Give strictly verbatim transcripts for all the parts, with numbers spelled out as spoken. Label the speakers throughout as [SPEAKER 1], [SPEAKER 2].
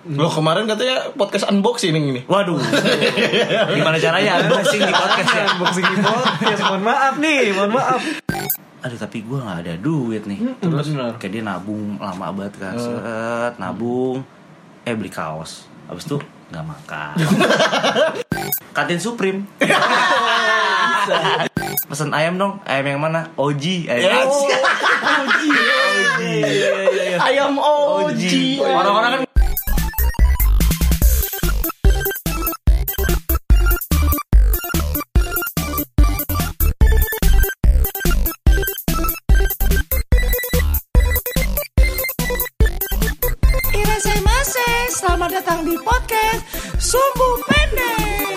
[SPEAKER 1] Loh kemarin katanya podcast unboxing ini.
[SPEAKER 2] Waduh. Gimana caranya unboxing di podcast ya?
[SPEAKER 3] Unboxing di podcast. Mohon maaf nih, mohon maaf.
[SPEAKER 2] Aduh tapi gue gak ada duit nih.
[SPEAKER 3] Hmm,
[SPEAKER 2] Terus
[SPEAKER 3] bener.
[SPEAKER 2] kayak dia nabung lama banget kan. Set, nabung. Eh beli kaos. Habis itu gak makan. Kantin Supreme. Pesen ayam dong. Ayam yang mana? Oji. Ayam
[SPEAKER 1] Oh,
[SPEAKER 2] Oji. Oji.
[SPEAKER 1] ayam Oji.
[SPEAKER 2] Orang-orang kan
[SPEAKER 4] Irasemase, selamat datang di podcast Sumbu Pendek.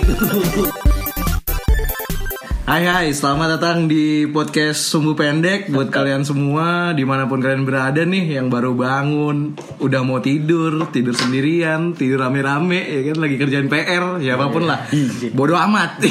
[SPEAKER 1] Hai hai, selamat datang di podcast Sumbu Pendek. Buat kalian semua, dimanapun kalian berada nih, yang baru bangun, udah mau tidur, tidur sendirian, tidur rame-rame, ya kan, lagi kerjain P R, ya apapun lah, bodoh amat.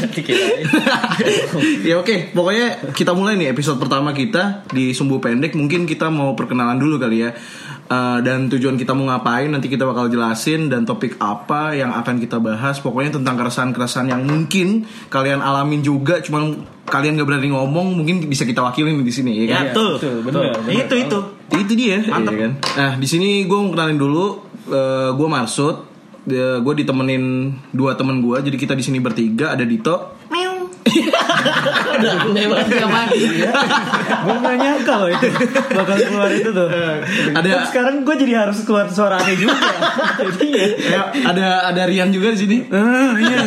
[SPEAKER 1] Ya oke, pokoknya kita mulai nih episode pertama kita di Sumbu Pendek. Mungkin kita mau perkenalan dulu kali ya. Uh, dan tujuan kita mau ngapain nanti kita bakal jelasin, dan topik apa yang akan kita bahas. Pokoknya tentang keresahan-keresahan yang mungkin kalian alamin juga, cuman kalian gak berani ngomong, mungkin bisa kita wakilin di sini, ya kan?
[SPEAKER 2] ya, betul,
[SPEAKER 3] betul,
[SPEAKER 2] betul.
[SPEAKER 3] bener,
[SPEAKER 2] Itu itu.
[SPEAKER 1] Itu dia,
[SPEAKER 2] Mantap.
[SPEAKER 1] ya kan? Nah di sini gue mau kenalin dulu, uh, gue Marsud, uh, gue ditemenin dua temen gue, jadi kita di sini bertiga. Ada Dito.
[SPEAKER 4] Aneh banget ya man.
[SPEAKER 3] Gue gak nyangka loh itu bakal keluar itu tuh.
[SPEAKER 1] Ada-
[SPEAKER 3] Dan sekarang gue jadi harus keluar suara aneh juga. Jadi
[SPEAKER 1] Ya, ada ada Rian juga di sini.
[SPEAKER 3] iya.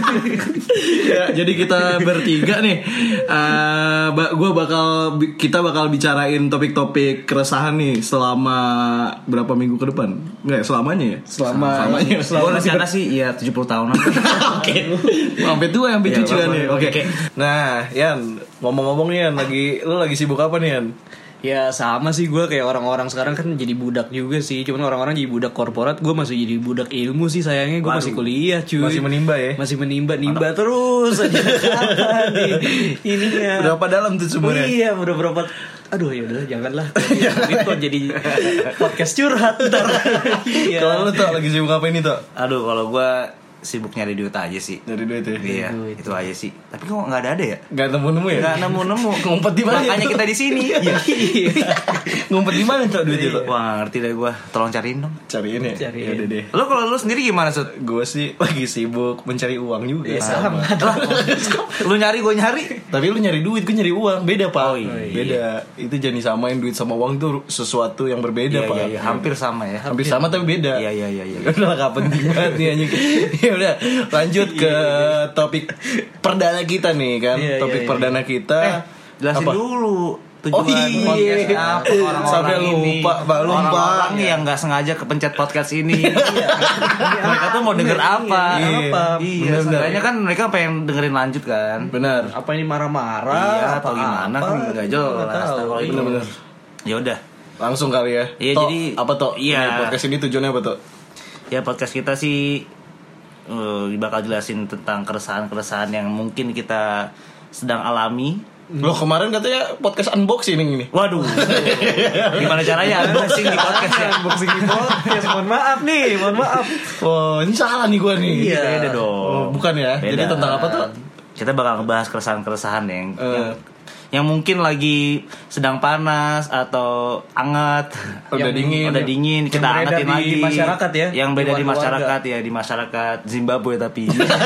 [SPEAKER 1] Ya, jadi kita bertiga nih. Uh, ba- gue bakal kita bakal bicarain topik-topik keresahan nih selama berapa minggu ke depan? Enggak, selamanya ya?
[SPEAKER 3] Selama
[SPEAKER 1] Selamanya.
[SPEAKER 2] Gue rencana sih ya tujuh puluh tahunan.
[SPEAKER 1] Oke. Sampai tua yang
[SPEAKER 2] Ya,
[SPEAKER 1] cucian nih.
[SPEAKER 2] oke.
[SPEAKER 1] Oke. Nah, Yan, ngomong-ngomong nih Yan, lagi lu lagi sibuk apa nih Yan?
[SPEAKER 3] Ya sama sih, gue kayak orang-orang sekarang kan jadi budak juga sih. Cuman orang-orang jadi budak korporat, gue masih jadi budak ilmu sih. Sayangnya gue masih kuliah cuy.
[SPEAKER 1] Masih menimba ya?
[SPEAKER 3] Masih menimba-nimba terus aja. Kapan nih ininya.
[SPEAKER 1] Berapa dalam tuh sumbernya?
[SPEAKER 3] Iya, udah berapa. Aduh ya udah janganlah. Itu jadi podcast curhat ntar. Iya.
[SPEAKER 1] Kalau lu tuh lagi sibuk apa ini tuh?
[SPEAKER 2] Aduh kalau gue sibuk nyari duit aja sih.
[SPEAKER 1] Dari duit ya?
[SPEAKER 2] Iya, itu aja sih. Tapi kok nggak ada ada ya?
[SPEAKER 1] Gak nemu-nemu ya?
[SPEAKER 2] Nggak nemu-nemu.
[SPEAKER 1] Ngumpet di mana?
[SPEAKER 2] Makanya kita di sini. Iya.
[SPEAKER 1] Ngumpet di mana tuh duitnya tuh?
[SPEAKER 2] Wah nggak ngerti deh gue. Tolong cariin dong.
[SPEAKER 1] Cariin ya?
[SPEAKER 3] Cariin.
[SPEAKER 1] Ya udah deh.
[SPEAKER 2] Lo kalau lu sendiri gimana Sud?
[SPEAKER 1] Gue sih lagi sibuk mencari uang juga.
[SPEAKER 3] Ya, sama.
[SPEAKER 2] Lah, lu nyari gue nyari.
[SPEAKER 1] Tapi lu nyari duit, gue nyari uang. Beda pak.
[SPEAKER 2] Oh, iya.
[SPEAKER 1] Beda. Itu jangan disamain, duit sama uang tuh sesuatu yang berbeda
[SPEAKER 2] Iya,
[SPEAKER 1] pak.
[SPEAKER 2] iya, iya. Hampir sama ya.
[SPEAKER 1] Hampir sama tapi beda.
[SPEAKER 2] Iya iya iya iya.
[SPEAKER 1] Udah gak penting banget nih anjing. Ya udah, lanjut ke topik perdana kita nih kan.
[SPEAKER 3] Iya,
[SPEAKER 1] Topik
[SPEAKER 3] iya,
[SPEAKER 1] perdana kita.
[SPEAKER 2] Jelasin
[SPEAKER 1] Apa?
[SPEAKER 2] dulu tujuan
[SPEAKER 1] Oh, iya.
[SPEAKER 2] podcastnya apa, orang-orang
[SPEAKER 1] Sampai
[SPEAKER 2] ini.
[SPEAKER 1] lupa, Pak, lupa.
[SPEAKER 2] Orang-orang nih yang nggak sengaja kepencet podcast ini. Mereka tuh mau denger apa?
[SPEAKER 1] Iya.
[SPEAKER 2] Apa? Iya.
[SPEAKER 1] Bener-bener.
[SPEAKER 2] Sebenarnya kan mereka pengen dengerin lanjut kan.
[SPEAKER 1] Benar.
[SPEAKER 3] Apa ini marah-marah?
[SPEAKER 2] Iya
[SPEAKER 3] apa
[SPEAKER 2] atau gimana kan nggak jelas. Kalau itu.
[SPEAKER 1] Bener-bener.
[SPEAKER 2] Ya udah.
[SPEAKER 1] Langsung kali ya.
[SPEAKER 2] Iya,
[SPEAKER 1] Tok,
[SPEAKER 2] jadi-
[SPEAKER 1] apa toh?
[SPEAKER 2] iya.
[SPEAKER 1] Podcast ini tujuannya apa toh?
[SPEAKER 2] Ya podcast kita sih uh, bakal jelasin tentang keresahan-keresahan yang mungkin kita sedang alami.
[SPEAKER 1] Loh kemarin katanya podcast unboxing ini.
[SPEAKER 2] Waduh. Gimana caranya unboxing di podcast ya?
[SPEAKER 3] Unboxing di podcast. Mohon maaf nih, mohon maaf.
[SPEAKER 1] Oh ini salah nih gue nih.
[SPEAKER 2] Iya, beda dong.
[SPEAKER 1] Oh, bukan ya?
[SPEAKER 2] Beda.
[SPEAKER 1] Jadi tentang apa tuh?
[SPEAKER 2] Kita bakal ngebahas keresahan-keresahan yang,
[SPEAKER 1] Eh.
[SPEAKER 2] yang yang mungkin lagi sedang panas atau anget,
[SPEAKER 1] Udah
[SPEAKER 2] yang
[SPEAKER 1] dingin.
[SPEAKER 2] udah dingin,
[SPEAKER 3] Yang
[SPEAKER 2] kita
[SPEAKER 3] beredar
[SPEAKER 2] angetin
[SPEAKER 3] di
[SPEAKER 2] lagi.
[SPEAKER 3] masyarakat ya,
[SPEAKER 2] Yang
[SPEAKER 3] di
[SPEAKER 2] beda di
[SPEAKER 3] warga-warga.
[SPEAKER 2] masyarakat ya, di masyarakat Zimbabwe tapi.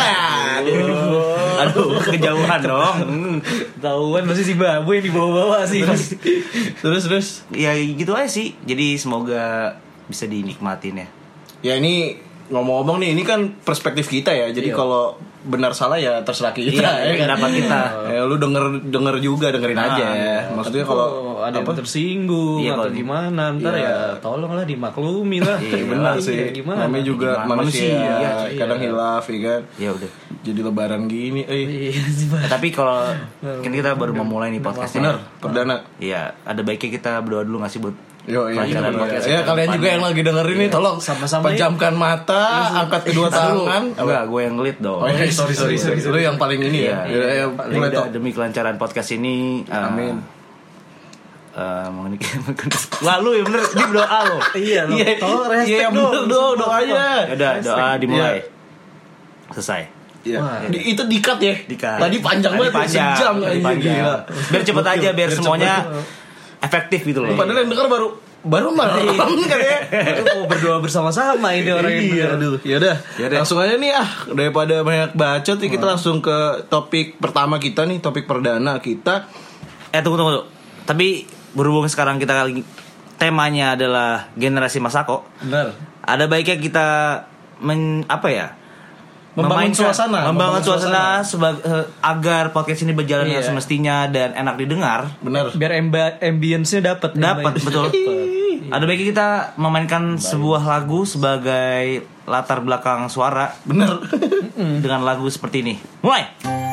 [SPEAKER 2] Aduh, aduh kejauhan dong. Hmm.
[SPEAKER 3] Tahuan masih si babu yang dibawa-bawa sih.
[SPEAKER 1] Terus terus.
[SPEAKER 2] Ya gitu aja sih. Jadi semoga bisa dinikmatin ya.
[SPEAKER 1] Ya ini ngomong-ngomong nih, ini kan perspektif kita ya. Jadi
[SPEAKER 3] Iya.
[SPEAKER 1] kalau benar salah ya terserah kita.
[SPEAKER 2] Iya,
[SPEAKER 1] ya kan?
[SPEAKER 2] pendapat kita.
[SPEAKER 1] Ya, lu denger denger juga dengerin
[SPEAKER 2] Nah,
[SPEAKER 1] aja.
[SPEAKER 2] iya.
[SPEAKER 1] Maksudnya kalau
[SPEAKER 3] ada yang tersinggung
[SPEAKER 2] Iya,
[SPEAKER 3] atau
[SPEAKER 2] kalau-
[SPEAKER 3] gimana ntar
[SPEAKER 1] Iya.
[SPEAKER 3] ya tolonglah dimaklumi lah.
[SPEAKER 2] Iya,
[SPEAKER 1] benar
[SPEAKER 3] Iya,
[SPEAKER 1] sih.
[SPEAKER 3] gimana?
[SPEAKER 1] Namanya juga
[SPEAKER 2] Gimana?
[SPEAKER 1] manusia,
[SPEAKER 2] Manusia,
[SPEAKER 3] iya.
[SPEAKER 1] kadang hilaf ya kan.
[SPEAKER 2] Ya udah.
[SPEAKER 1] Jadi lebaran gini, eh.
[SPEAKER 3] Iya sih, Pak.
[SPEAKER 2] Eh, tapi kalau kan kita baru memulai nih podcastnya.
[SPEAKER 1] Bener, perdana.
[SPEAKER 2] Iya, ada baiknya kita berdoa dulu ngasih buat
[SPEAKER 1] Yo, iya,
[SPEAKER 2] pelajaran
[SPEAKER 1] iya,
[SPEAKER 2] podcast
[SPEAKER 1] iya. Ya
[SPEAKER 2] kita
[SPEAKER 1] kalian
[SPEAKER 2] depannya.
[SPEAKER 1] juga yang lagi dengerin ini tolong
[SPEAKER 3] Sama-sama
[SPEAKER 1] pejamkan mata, angkat kedua tangan.
[SPEAKER 2] Enggak, gue yang ngelit dong.
[SPEAKER 1] Oh iya, sorry sorry sorry. Lu yang paling ini
[SPEAKER 2] Iya,
[SPEAKER 1] ya. Ya, ya,
[SPEAKER 2] Paling
[SPEAKER 1] mulai
[SPEAKER 2] nggak
[SPEAKER 1] Tok.
[SPEAKER 2] demi kelancaran podcast ini. uh,
[SPEAKER 1] Amin.
[SPEAKER 2] uh, lalu ya bener dia berdoa lo.
[SPEAKER 3] Iya, lo. Tolong respect
[SPEAKER 1] Iya,
[SPEAKER 3] dong.
[SPEAKER 1] bener dong doanya.
[SPEAKER 2] Udah doa dimulai. Selesai.
[SPEAKER 1] Iya. Di, itu dikat ya.
[SPEAKER 2] Dikat.
[SPEAKER 1] Tadi panjang
[SPEAKER 2] Tadi
[SPEAKER 1] banget,
[SPEAKER 2] panjang,
[SPEAKER 1] sejam
[SPEAKER 2] tadi
[SPEAKER 1] anjing,
[SPEAKER 2] panjang.
[SPEAKER 1] gila.
[SPEAKER 2] Biar cepet aja, biar
[SPEAKER 1] Biar
[SPEAKER 2] semuanya
[SPEAKER 1] cepet.
[SPEAKER 2] efektif gitu loh.
[SPEAKER 1] Padahal yang denger baru baru malam kan ya.
[SPEAKER 3] Oh, berdoa bersama-sama ini orang yang
[SPEAKER 1] Iya,
[SPEAKER 3] bener.
[SPEAKER 1] aduh. Yaudah,
[SPEAKER 2] Yaudah.
[SPEAKER 1] langsung aja nih ah daripada banyak bacot nih kita langsung ke topik pertama kita nih, topik perdana kita.
[SPEAKER 2] Eh tunggu tunggu. tunggu. Tapi berhubung sekarang kita kali temanya adalah generasi Masako.
[SPEAKER 1] Benar.
[SPEAKER 2] Ada baiknya kita men, apa ya?
[SPEAKER 1] Membangun
[SPEAKER 2] memainkan-
[SPEAKER 1] suasana,
[SPEAKER 2] membangun
[SPEAKER 1] membangun
[SPEAKER 2] suasana, sebag- eh, agar podcast ini berjalan dengan
[SPEAKER 3] Iya.
[SPEAKER 2] semestinya dan enak didengar.
[SPEAKER 1] Benar.
[SPEAKER 3] Biar amba- ambience-nya dapat.
[SPEAKER 2] Dapat betul. Ada baiknya kita memainkan sebuah lagu sebagai latar belakang suara
[SPEAKER 1] Benar.
[SPEAKER 2] dengan lagu seperti ini. Mulai.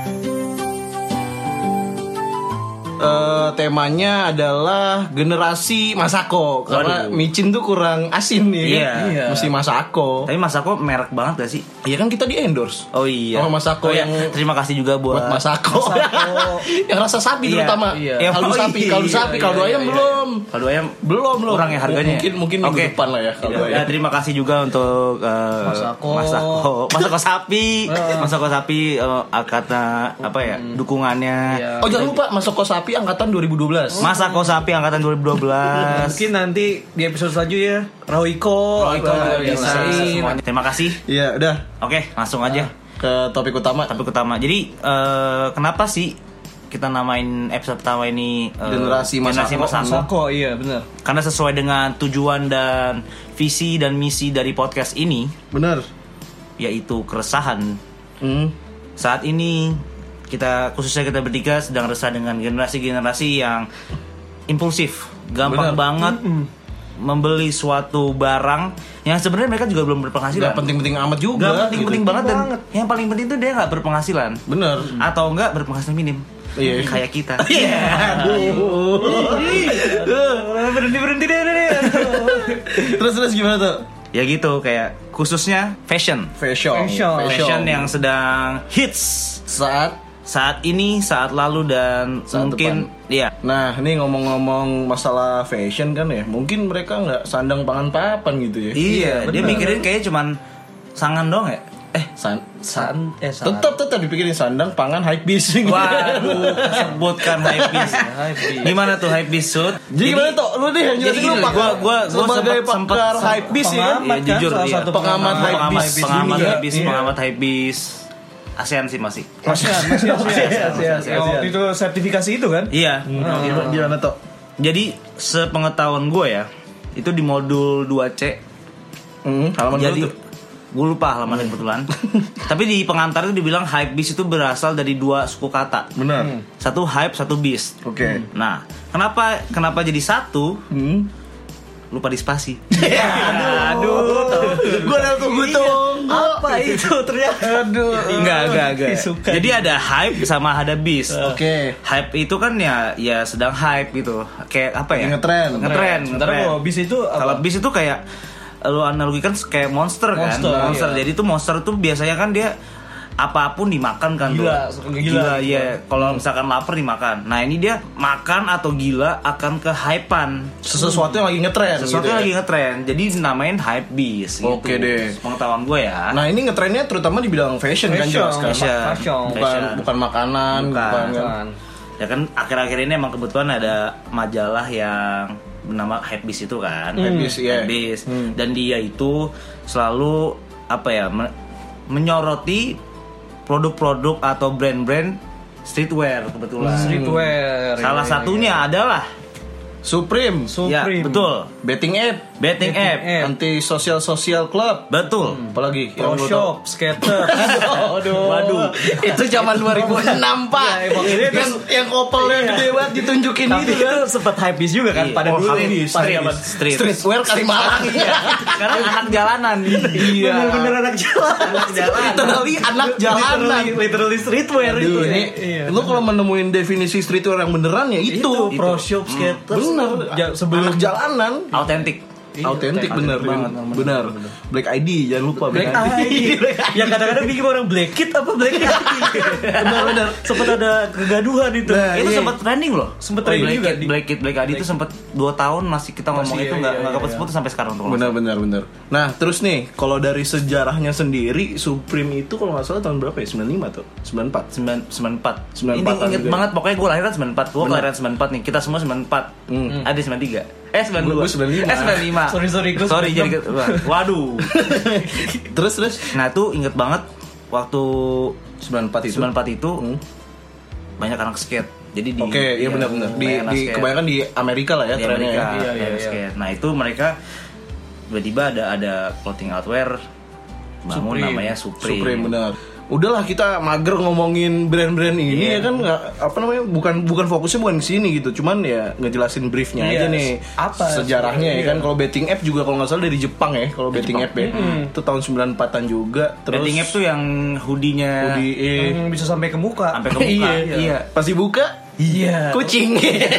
[SPEAKER 1] Eh, temanya adalah generasi Masako karena
[SPEAKER 2] Waduh.
[SPEAKER 1] micin tuh kurang asin nih.
[SPEAKER 2] Iya.
[SPEAKER 1] kan?
[SPEAKER 3] Iya.
[SPEAKER 1] Mesti Masako.
[SPEAKER 2] Tapi Masako merek banget gak sih?
[SPEAKER 1] Iya kan kita di endorse.
[SPEAKER 2] Oh iya.
[SPEAKER 1] Oh, Masako
[SPEAKER 2] iya.
[SPEAKER 1] yang-
[SPEAKER 2] Terima kasih juga buat,
[SPEAKER 1] Buat Masako. yang rasa sapi
[SPEAKER 2] Iya,
[SPEAKER 1] terutama.
[SPEAKER 3] iya.
[SPEAKER 1] Kaldu
[SPEAKER 2] Oh,
[SPEAKER 1] sapi,
[SPEAKER 2] iya,
[SPEAKER 1] kaldu
[SPEAKER 2] iya,
[SPEAKER 1] sapi,
[SPEAKER 2] iya,
[SPEAKER 1] kaldu
[SPEAKER 2] iya,
[SPEAKER 1] ayam
[SPEAKER 2] iya.
[SPEAKER 1] belum.
[SPEAKER 2] Kaldu ayam
[SPEAKER 1] Belum belum.
[SPEAKER 2] kurang ya harganya.
[SPEAKER 1] Mungkin mungkin minggu
[SPEAKER 2] Oke.
[SPEAKER 1] depan lah ya kaldu
[SPEAKER 2] Ya,
[SPEAKER 1] ayam.
[SPEAKER 2] terima kasih juga untuk uh,
[SPEAKER 3] Masako.
[SPEAKER 2] Masako, Masako sapi, Masako sapi uh, kata apa ya dukungannya.
[SPEAKER 3] Iya.
[SPEAKER 1] Oh jangan lupa Masako sapi angkatan dua ribu dua belas.
[SPEAKER 2] Masako sapi angkatan dua ribu dua belas.
[SPEAKER 3] Mungkin nanti di episode selanjutnya Royko,
[SPEAKER 2] Royko
[SPEAKER 3] juga
[SPEAKER 2] juga bisa. Semuanya. Terima kasih.
[SPEAKER 1] Iya udah
[SPEAKER 2] Oke, langsung aja
[SPEAKER 1] ke topik utama.
[SPEAKER 2] topik utama. Jadi uh, kenapa sih kita namain episode pertama ini uh,
[SPEAKER 1] Generasi Masako.
[SPEAKER 3] Masako, iya benar.
[SPEAKER 2] Karena sesuai dengan tujuan dan visi dan misi dari podcast ini,
[SPEAKER 1] Bener.
[SPEAKER 2] yaitu keresahan.
[SPEAKER 1] Hmm.
[SPEAKER 2] Saat ini kita khususnya kita bertiga sedang resah dengan generasi-generasi yang impulsif, gampang
[SPEAKER 1] Benar.
[SPEAKER 2] banget membeli suatu barang yang sebenarnya mereka juga belum berpenghasilan.
[SPEAKER 1] Gak penting-penting amat juga.
[SPEAKER 2] Gak penting-penting
[SPEAKER 1] gitu.
[SPEAKER 2] banget dan yang paling penting itu dia nggak berpenghasilan
[SPEAKER 1] Bener.
[SPEAKER 2] atau enggak berpenghasilan minim.
[SPEAKER 1] Iya.
[SPEAKER 2] Kayak kita.
[SPEAKER 3] Berhenti berhenti deh deh.
[SPEAKER 1] Terus terus gimana tuh?
[SPEAKER 2] Ya gitu kayak khususnya fashion.
[SPEAKER 1] Fashion.
[SPEAKER 3] Fashion.
[SPEAKER 2] Fashion yang sedang hits
[SPEAKER 1] Saat.
[SPEAKER 2] saat ini, saat lalu dan
[SPEAKER 1] Saat
[SPEAKER 2] mungkin ya.
[SPEAKER 1] Nah, ini ngomong-ngomong masalah fashion kan ya, mungkin mereka nggak sandang pangan papan gitu ya.
[SPEAKER 2] Iya, dia
[SPEAKER 1] benar.
[SPEAKER 2] mikirin kayaknya cuman sangan dong ya.
[SPEAKER 1] Eh, san,
[SPEAKER 3] San eh san.
[SPEAKER 1] tetap tetap dipikirin sandang pangan hype beast.
[SPEAKER 2] Waduh, sebutkan hypebeast.
[SPEAKER 3] Hypebeast.
[SPEAKER 2] Gimana tuh hypebeast Sud?
[SPEAKER 1] Jadi gimana tuh? Lu deh yang
[SPEAKER 2] jadi
[SPEAKER 1] jelasin lu
[SPEAKER 2] gini,
[SPEAKER 1] pakar.
[SPEAKER 2] gua- gua- gua
[SPEAKER 1] sebagai
[SPEAKER 2] sempet- sempet-
[SPEAKER 1] pakar
[SPEAKER 2] sempet-
[SPEAKER 1] hype beast ya.
[SPEAKER 3] pengamat.
[SPEAKER 2] Ya, jujur
[SPEAKER 3] salah
[SPEAKER 2] iya.
[SPEAKER 3] satu
[SPEAKER 1] Pengamat
[SPEAKER 3] pengamat
[SPEAKER 1] hypebeast
[SPEAKER 2] pengamat
[SPEAKER 1] di
[SPEAKER 2] pengamat
[SPEAKER 1] dunia.
[SPEAKER 2] hypebeast,
[SPEAKER 3] Iya.
[SPEAKER 2] pengamat hypebeast. ASEAN sih masih.
[SPEAKER 3] Masih masih masih
[SPEAKER 2] ASEAN.
[SPEAKER 3] Yang waktu itu sertifikasi itu kan?
[SPEAKER 2] Iya.
[SPEAKER 1] Gimana, gimana tuh?
[SPEAKER 2] Jadi sepengetahuan gue ya, itu di modul dua C.
[SPEAKER 1] Hmm, halaman
[SPEAKER 2] Jadi
[SPEAKER 1] dulu tuh.
[SPEAKER 2] gue lupa halamannya kebetulan. Tapi di pengantar itu dibilang hype beast itu berasal dari dua suku kata.
[SPEAKER 1] Benar.
[SPEAKER 2] Satu hype, satu beast.
[SPEAKER 1] Oke.
[SPEAKER 2] Nah, kenapa kenapa jadi satu?
[SPEAKER 1] Hmm.
[SPEAKER 2] Lupa di spasi.
[SPEAKER 3] Aduh.
[SPEAKER 1] Gua udah tunggu tuh.
[SPEAKER 3] Apa itu ternyata?
[SPEAKER 1] Aduh.
[SPEAKER 2] Enggak, enggak, enggak.
[SPEAKER 3] Suka.
[SPEAKER 2] Jadi ada hype sama ada beast.
[SPEAKER 1] Oke.
[SPEAKER 2] Hype itu kan ya ya sedang hype gitu. Kayak apa ya?
[SPEAKER 1] Ngetren.
[SPEAKER 2] Ngetren.
[SPEAKER 3] Sementara
[SPEAKER 2] ngetren.
[SPEAKER 3] kalau bis itu apa?
[SPEAKER 2] Kalau beast itu kayak lu analogikan kayak monster,
[SPEAKER 3] Monster,
[SPEAKER 2] kan. Monster.
[SPEAKER 3] iya.
[SPEAKER 2] Jadi tuh monster tuh biasanya kan dia apapun dimakan kan
[SPEAKER 3] Gila,
[SPEAKER 2] tuh.
[SPEAKER 3] gila,
[SPEAKER 2] Gila, iya. Kalau misalkan lapar dimakan. Nah, ini dia makan atau gila akan ke hypean.
[SPEAKER 1] Sesuatu yang lagi ngetren.
[SPEAKER 2] Sesuatu
[SPEAKER 1] gitu
[SPEAKER 2] yang
[SPEAKER 1] ya.
[SPEAKER 2] lagi ngetren. Jadi dinamain hype beast gitu.
[SPEAKER 1] Oke deh.
[SPEAKER 2] Pengetahuan gue ya.
[SPEAKER 1] Nah, ini ngetrennya terutama di bidang fashion, kan
[SPEAKER 3] Fashion.
[SPEAKER 1] jelas kan.
[SPEAKER 2] Fashion.
[SPEAKER 3] Fashion.
[SPEAKER 1] Bukan
[SPEAKER 2] Fashion.
[SPEAKER 1] bukan makanan,
[SPEAKER 2] Bukan.
[SPEAKER 1] bukan, kan.
[SPEAKER 3] Kan.
[SPEAKER 2] Ya kan akhir-akhir ini emang kebetulan ada majalah yang bernama Hypebeast itu kan.
[SPEAKER 1] Hypebeast, iya.
[SPEAKER 2] Hypebeast.
[SPEAKER 1] Hmm.
[SPEAKER 2] Dan dia itu selalu apa ya men- menyoroti produk-produk atau brand-brand streetwear kebetulan.
[SPEAKER 3] Streetwear.
[SPEAKER 2] Salah
[SPEAKER 3] iya,
[SPEAKER 2] satunya adalah
[SPEAKER 1] Supreme,
[SPEAKER 2] ya
[SPEAKER 3] Supreme.
[SPEAKER 2] betul,
[SPEAKER 1] betting app,
[SPEAKER 2] betting app.
[SPEAKER 3] app.
[SPEAKER 1] anti sosial sosial club.
[SPEAKER 2] Betul.
[SPEAKER 1] Apalagi
[SPEAKER 3] Pro
[SPEAKER 1] yang lu
[SPEAKER 3] shop, skater.
[SPEAKER 1] Aduh, waduh, itu zaman dua ribu enam pak.
[SPEAKER 3] Ya, emang ini
[SPEAKER 1] yang, yang kopelnya gede banget ditunjukin
[SPEAKER 3] Tapi
[SPEAKER 1] gitu
[SPEAKER 3] itu
[SPEAKER 1] kan.
[SPEAKER 3] sempat hypebeast juga kan
[SPEAKER 2] Iya.
[SPEAKER 3] pada
[SPEAKER 2] Oh,
[SPEAKER 3] dulu.
[SPEAKER 2] hypebeast,
[SPEAKER 3] Pada
[SPEAKER 2] street,
[SPEAKER 3] zaman
[SPEAKER 2] street.
[SPEAKER 1] Streetwear Kalimalang.
[SPEAKER 2] Karena anak jalanan.
[SPEAKER 1] Iya.
[SPEAKER 3] bener-bener anak jalan.
[SPEAKER 2] Anak jalanan.
[SPEAKER 1] Literally anak jalanan.
[SPEAKER 3] Literally, literally streetwear itu.
[SPEAKER 1] Aduh, ini
[SPEAKER 3] Iya.
[SPEAKER 1] lu kalau menemuin definisi streetwear yang beneran ya itu.
[SPEAKER 3] Itu pro shop, skater.
[SPEAKER 1] Bener.
[SPEAKER 3] Ja- sebelum
[SPEAKER 1] anak jalanan.
[SPEAKER 2] Autentik.
[SPEAKER 1] autentik bener,
[SPEAKER 2] banget,
[SPEAKER 1] bener. Black I D jangan lupa
[SPEAKER 3] Black I D. Yang kadang-kadang bikin orang Black Kid apa Black I D. Benar-benar. Sempat ada kegaduhan itu.
[SPEAKER 1] Nah,
[SPEAKER 2] itu
[SPEAKER 1] iya.
[SPEAKER 2] sempat trending loh.
[SPEAKER 3] Sempat
[SPEAKER 2] Oh,
[SPEAKER 3] trending
[SPEAKER 2] Black
[SPEAKER 3] juga
[SPEAKER 2] Kid,
[SPEAKER 3] di-
[SPEAKER 2] Black Kid, Black I D itu sempat dua tahun masih kita ngomong
[SPEAKER 3] Masih,
[SPEAKER 2] itu
[SPEAKER 3] iya,
[SPEAKER 2] nggak
[SPEAKER 3] iya,
[SPEAKER 2] nggak
[SPEAKER 3] iya.
[SPEAKER 2] kepus-putus sampai sekarang tuh.
[SPEAKER 1] Benar benar benar. Nah, terus nih kalau dari sejarahnya sendiri Supreme itu kalau nggak salah tahun berapa ya? sembilan puluh lima tuh. sembilan puluh empat.
[SPEAKER 2] sembilan sembilan empat.
[SPEAKER 1] sembilan
[SPEAKER 2] Ini
[SPEAKER 1] puluh empat-an
[SPEAKER 2] inget
[SPEAKER 1] juga.
[SPEAKER 2] banget pokoknya gue lahiran sembilan puluh empat. Gue
[SPEAKER 1] Benar.
[SPEAKER 2] kelahiran sembilan puluh empat nih. Kita semua sembilan puluh empat.
[SPEAKER 1] Hmm.
[SPEAKER 2] Ada sembilan puluh tiga. Eh sembilan puluh dua.
[SPEAKER 1] Gue sembilan puluh lima.
[SPEAKER 2] Eh sembilan puluh lima.
[SPEAKER 3] Sorry, sorry, gue
[SPEAKER 2] Sorry
[SPEAKER 3] sembilan
[SPEAKER 2] jadi
[SPEAKER 3] puluh enam.
[SPEAKER 2] waduh.
[SPEAKER 1] Terus terus
[SPEAKER 2] Nah, tuh inget banget waktu
[SPEAKER 1] sembilan puluh empat itu.
[SPEAKER 2] sembilan puluh empat itu
[SPEAKER 1] Hmm.
[SPEAKER 2] banyak anak skate. Jadi di
[SPEAKER 1] Oke, iya benar-benar. Di,
[SPEAKER 2] banyak anak
[SPEAKER 1] di
[SPEAKER 2] skate.
[SPEAKER 1] kebanyakan di Amerika lah ya
[SPEAKER 2] Di
[SPEAKER 1] trennya.
[SPEAKER 2] Amerika,
[SPEAKER 1] ya.
[SPEAKER 3] Iya, iya,
[SPEAKER 2] anak
[SPEAKER 3] iya.
[SPEAKER 2] skate. Nah, itu mereka tiba-tiba ada ada clothing outwear bangun
[SPEAKER 3] Supreme.
[SPEAKER 2] namanya Supreme.
[SPEAKER 1] Supreme benar. Udahlah kita mager ngomongin brand-brand ini
[SPEAKER 2] Iya.
[SPEAKER 1] ya kan nggak apa namanya bukan bukan fokusnya bukan ke sini gitu. Cuman ya ngejelasin briefnya
[SPEAKER 3] Iya,
[SPEAKER 1] aja nih.
[SPEAKER 3] apa
[SPEAKER 1] sejarahnya ya
[SPEAKER 3] sebenarnya,
[SPEAKER 1] kan.
[SPEAKER 3] iya.
[SPEAKER 1] Kalau betting app juga kalau nggak salah dari Jepang ya. Kalau betting app ya. Itu tahun sembilan puluh empatan juga. Terus
[SPEAKER 2] Betting app tuh yang hoodie-nya
[SPEAKER 1] hoodie, eh,
[SPEAKER 3] Yang bisa sampai ke muka.
[SPEAKER 2] sampai ke muka.
[SPEAKER 1] iya.
[SPEAKER 2] Iya.
[SPEAKER 1] Pas dibuka
[SPEAKER 3] Iya.
[SPEAKER 1] kucing.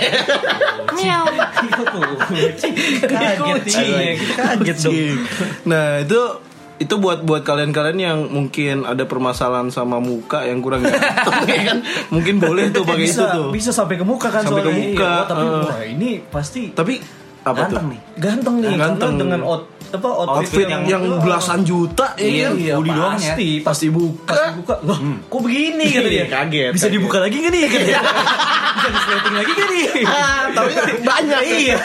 [SPEAKER 4] Meow.
[SPEAKER 3] Kucing. Kaget. Iya, kita kaget dong.
[SPEAKER 1] Nah, itu itu buat buat kalian-kalian yang mungkin ada permasalahan sama muka yang kurang ganteng ya kan. Mungkin boleh tuh pakai itu
[SPEAKER 3] bisa,
[SPEAKER 1] tuh.
[SPEAKER 3] bisa sampai ke muka kan
[SPEAKER 1] Sampai ke
[SPEAKER 3] soalnya.
[SPEAKER 1] muka,
[SPEAKER 3] Iya, oh, tapi
[SPEAKER 1] eh.
[SPEAKER 3] wah, ini pasti
[SPEAKER 1] Tapi apa
[SPEAKER 2] Ganteng
[SPEAKER 1] tuh?
[SPEAKER 2] nih.
[SPEAKER 3] ganteng nih
[SPEAKER 1] Ganteng.
[SPEAKER 3] karena dengan out, apa
[SPEAKER 1] Outfit yang, yang belasan juta ya
[SPEAKER 2] Iya,
[SPEAKER 1] kan?
[SPEAKER 2] iya,
[SPEAKER 3] hoodie doang
[SPEAKER 2] pasti.
[SPEAKER 3] pasti
[SPEAKER 1] Pas dibuka
[SPEAKER 3] pas dibuka loh kok begini kata dia
[SPEAKER 1] Kaget,
[SPEAKER 3] bisa
[SPEAKER 1] kaget.
[SPEAKER 3] dibuka lagi nggak nih kata dia. Bisa di-slating lagi nggak nih
[SPEAKER 1] tapi banyak
[SPEAKER 3] iya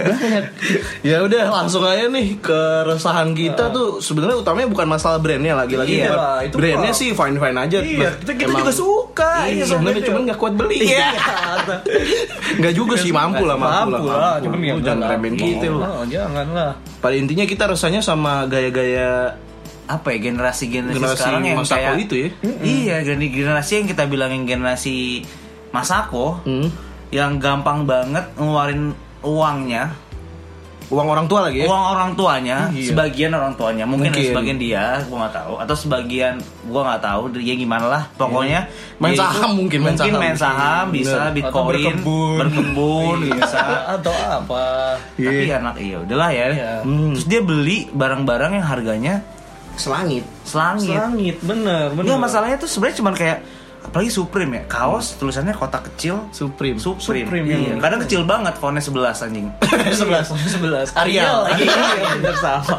[SPEAKER 1] ya udah langsung aja nih keresahan kita tuh sebenarnya utamanya bukan masalah brandnya lagi-lagi
[SPEAKER 3] Iya
[SPEAKER 1] bukan.
[SPEAKER 3] lah, itu
[SPEAKER 1] brandnya
[SPEAKER 3] mah.
[SPEAKER 1] sih fine fine aja.
[SPEAKER 3] iya
[SPEAKER 1] Nah,
[SPEAKER 3] kita, kita
[SPEAKER 1] emang-
[SPEAKER 3] juga suka
[SPEAKER 1] Iya,
[SPEAKER 3] iya
[SPEAKER 1] sebenarnya cuman nggak kuat beli.
[SPEAKER 3] iya
[SPEAKER 1] Nggak juga sih mampu lah mampu,
[SPEAKER 3] mampu
[SPEAKER 1] lah.
[SPEAKER 3] lah
[SPEAKER 1] mampu.
[SPEAKER 3] cuman ya
[SPEAKER 1] Lu jangan remehin gitu lu.
[SPEAKER 3] oh, jangan lah
[SPEAKER 1] Pada intinya kita rasanya sama gaya-gaya
[SPEAKER 2] Apa ya generasi-generasi
[SPEAKER 1] generasi
[SPEAKER 2] sekarang yang
[SPEAKER 1] Masako
[SPEAKER 2] kayak
[SPEAKER 1] itu ya.
[SPEAKER 2] Iya, gener- generasi yang kita bilangin generasi Masako
[SPEAKER 1] Hmm.
[SPEAKER 2] yang gampang banget ngeluarin uangnya,
[SPEAKER 1] Uang orang tua lagi ya.
[SPEAKER 2] uang orang tuanya,
[SPEAKER 1] Iya.
[SPEAKER 2] sebagian orang tuanya, mungkin,
[SPEAKER 1] Mungkin.
[SPEAKER 2] sebagian dia, gua nggak tahu, atau sebagian gua nggak tahu, dia gimana lah, pokoknya
[SPEAKER 1] Main
[SPEAKER 2] dia
[SPEAKER 1] saham
[SPEAKER 2] itu-
[SPEAKER 1] mungkin, main
[SPEAKER 2] mungkin
[SPEAKER 1] saham.
[SPEAKER 2] main saham, bisa
[SPEAKER 1] Bener.
[SPEAKER 2] bitcoin,
[SPEAKER 3] Atau berkebun.
[SPEAKER 2] berkebun, bisa.
[SPEAKER 3] atau apa
[SPEAKER 2] Tapi
[SPEAKER 1] Iya.
[SPEAKER 2] anak iya udahlah ya.
[SPEAKER 3] Iya.
[SPEAKER 1] Hmm.
[SPEAKER 2] Terus dia beli barang-barang yang harganya
[SPEAKER 1] Selangit.
[SPEAKER 2] selangit.
[SPEAKER 3] langit bener bener
[SPEAKER 2] Enggak, masalahnya tuh sebenarnya cuman kayak apalagi Supreme ya, kaos tulisannya kotak kecil
[SPEAKER 1] Supreme.
[SPEAKER 2] Supreme,
[SPEAKER 3] Supreme,
[SPEAKER 2] iya.
[SPEAKER 3] yang-
[SPEAKER 2] Kadang kecil banget, fontnya sebelas anjing.
[SPEAKER 3] sebelas sebelas
[SPEAKER 1] Arial.
[SPEAKER 3] lagi iya bener sama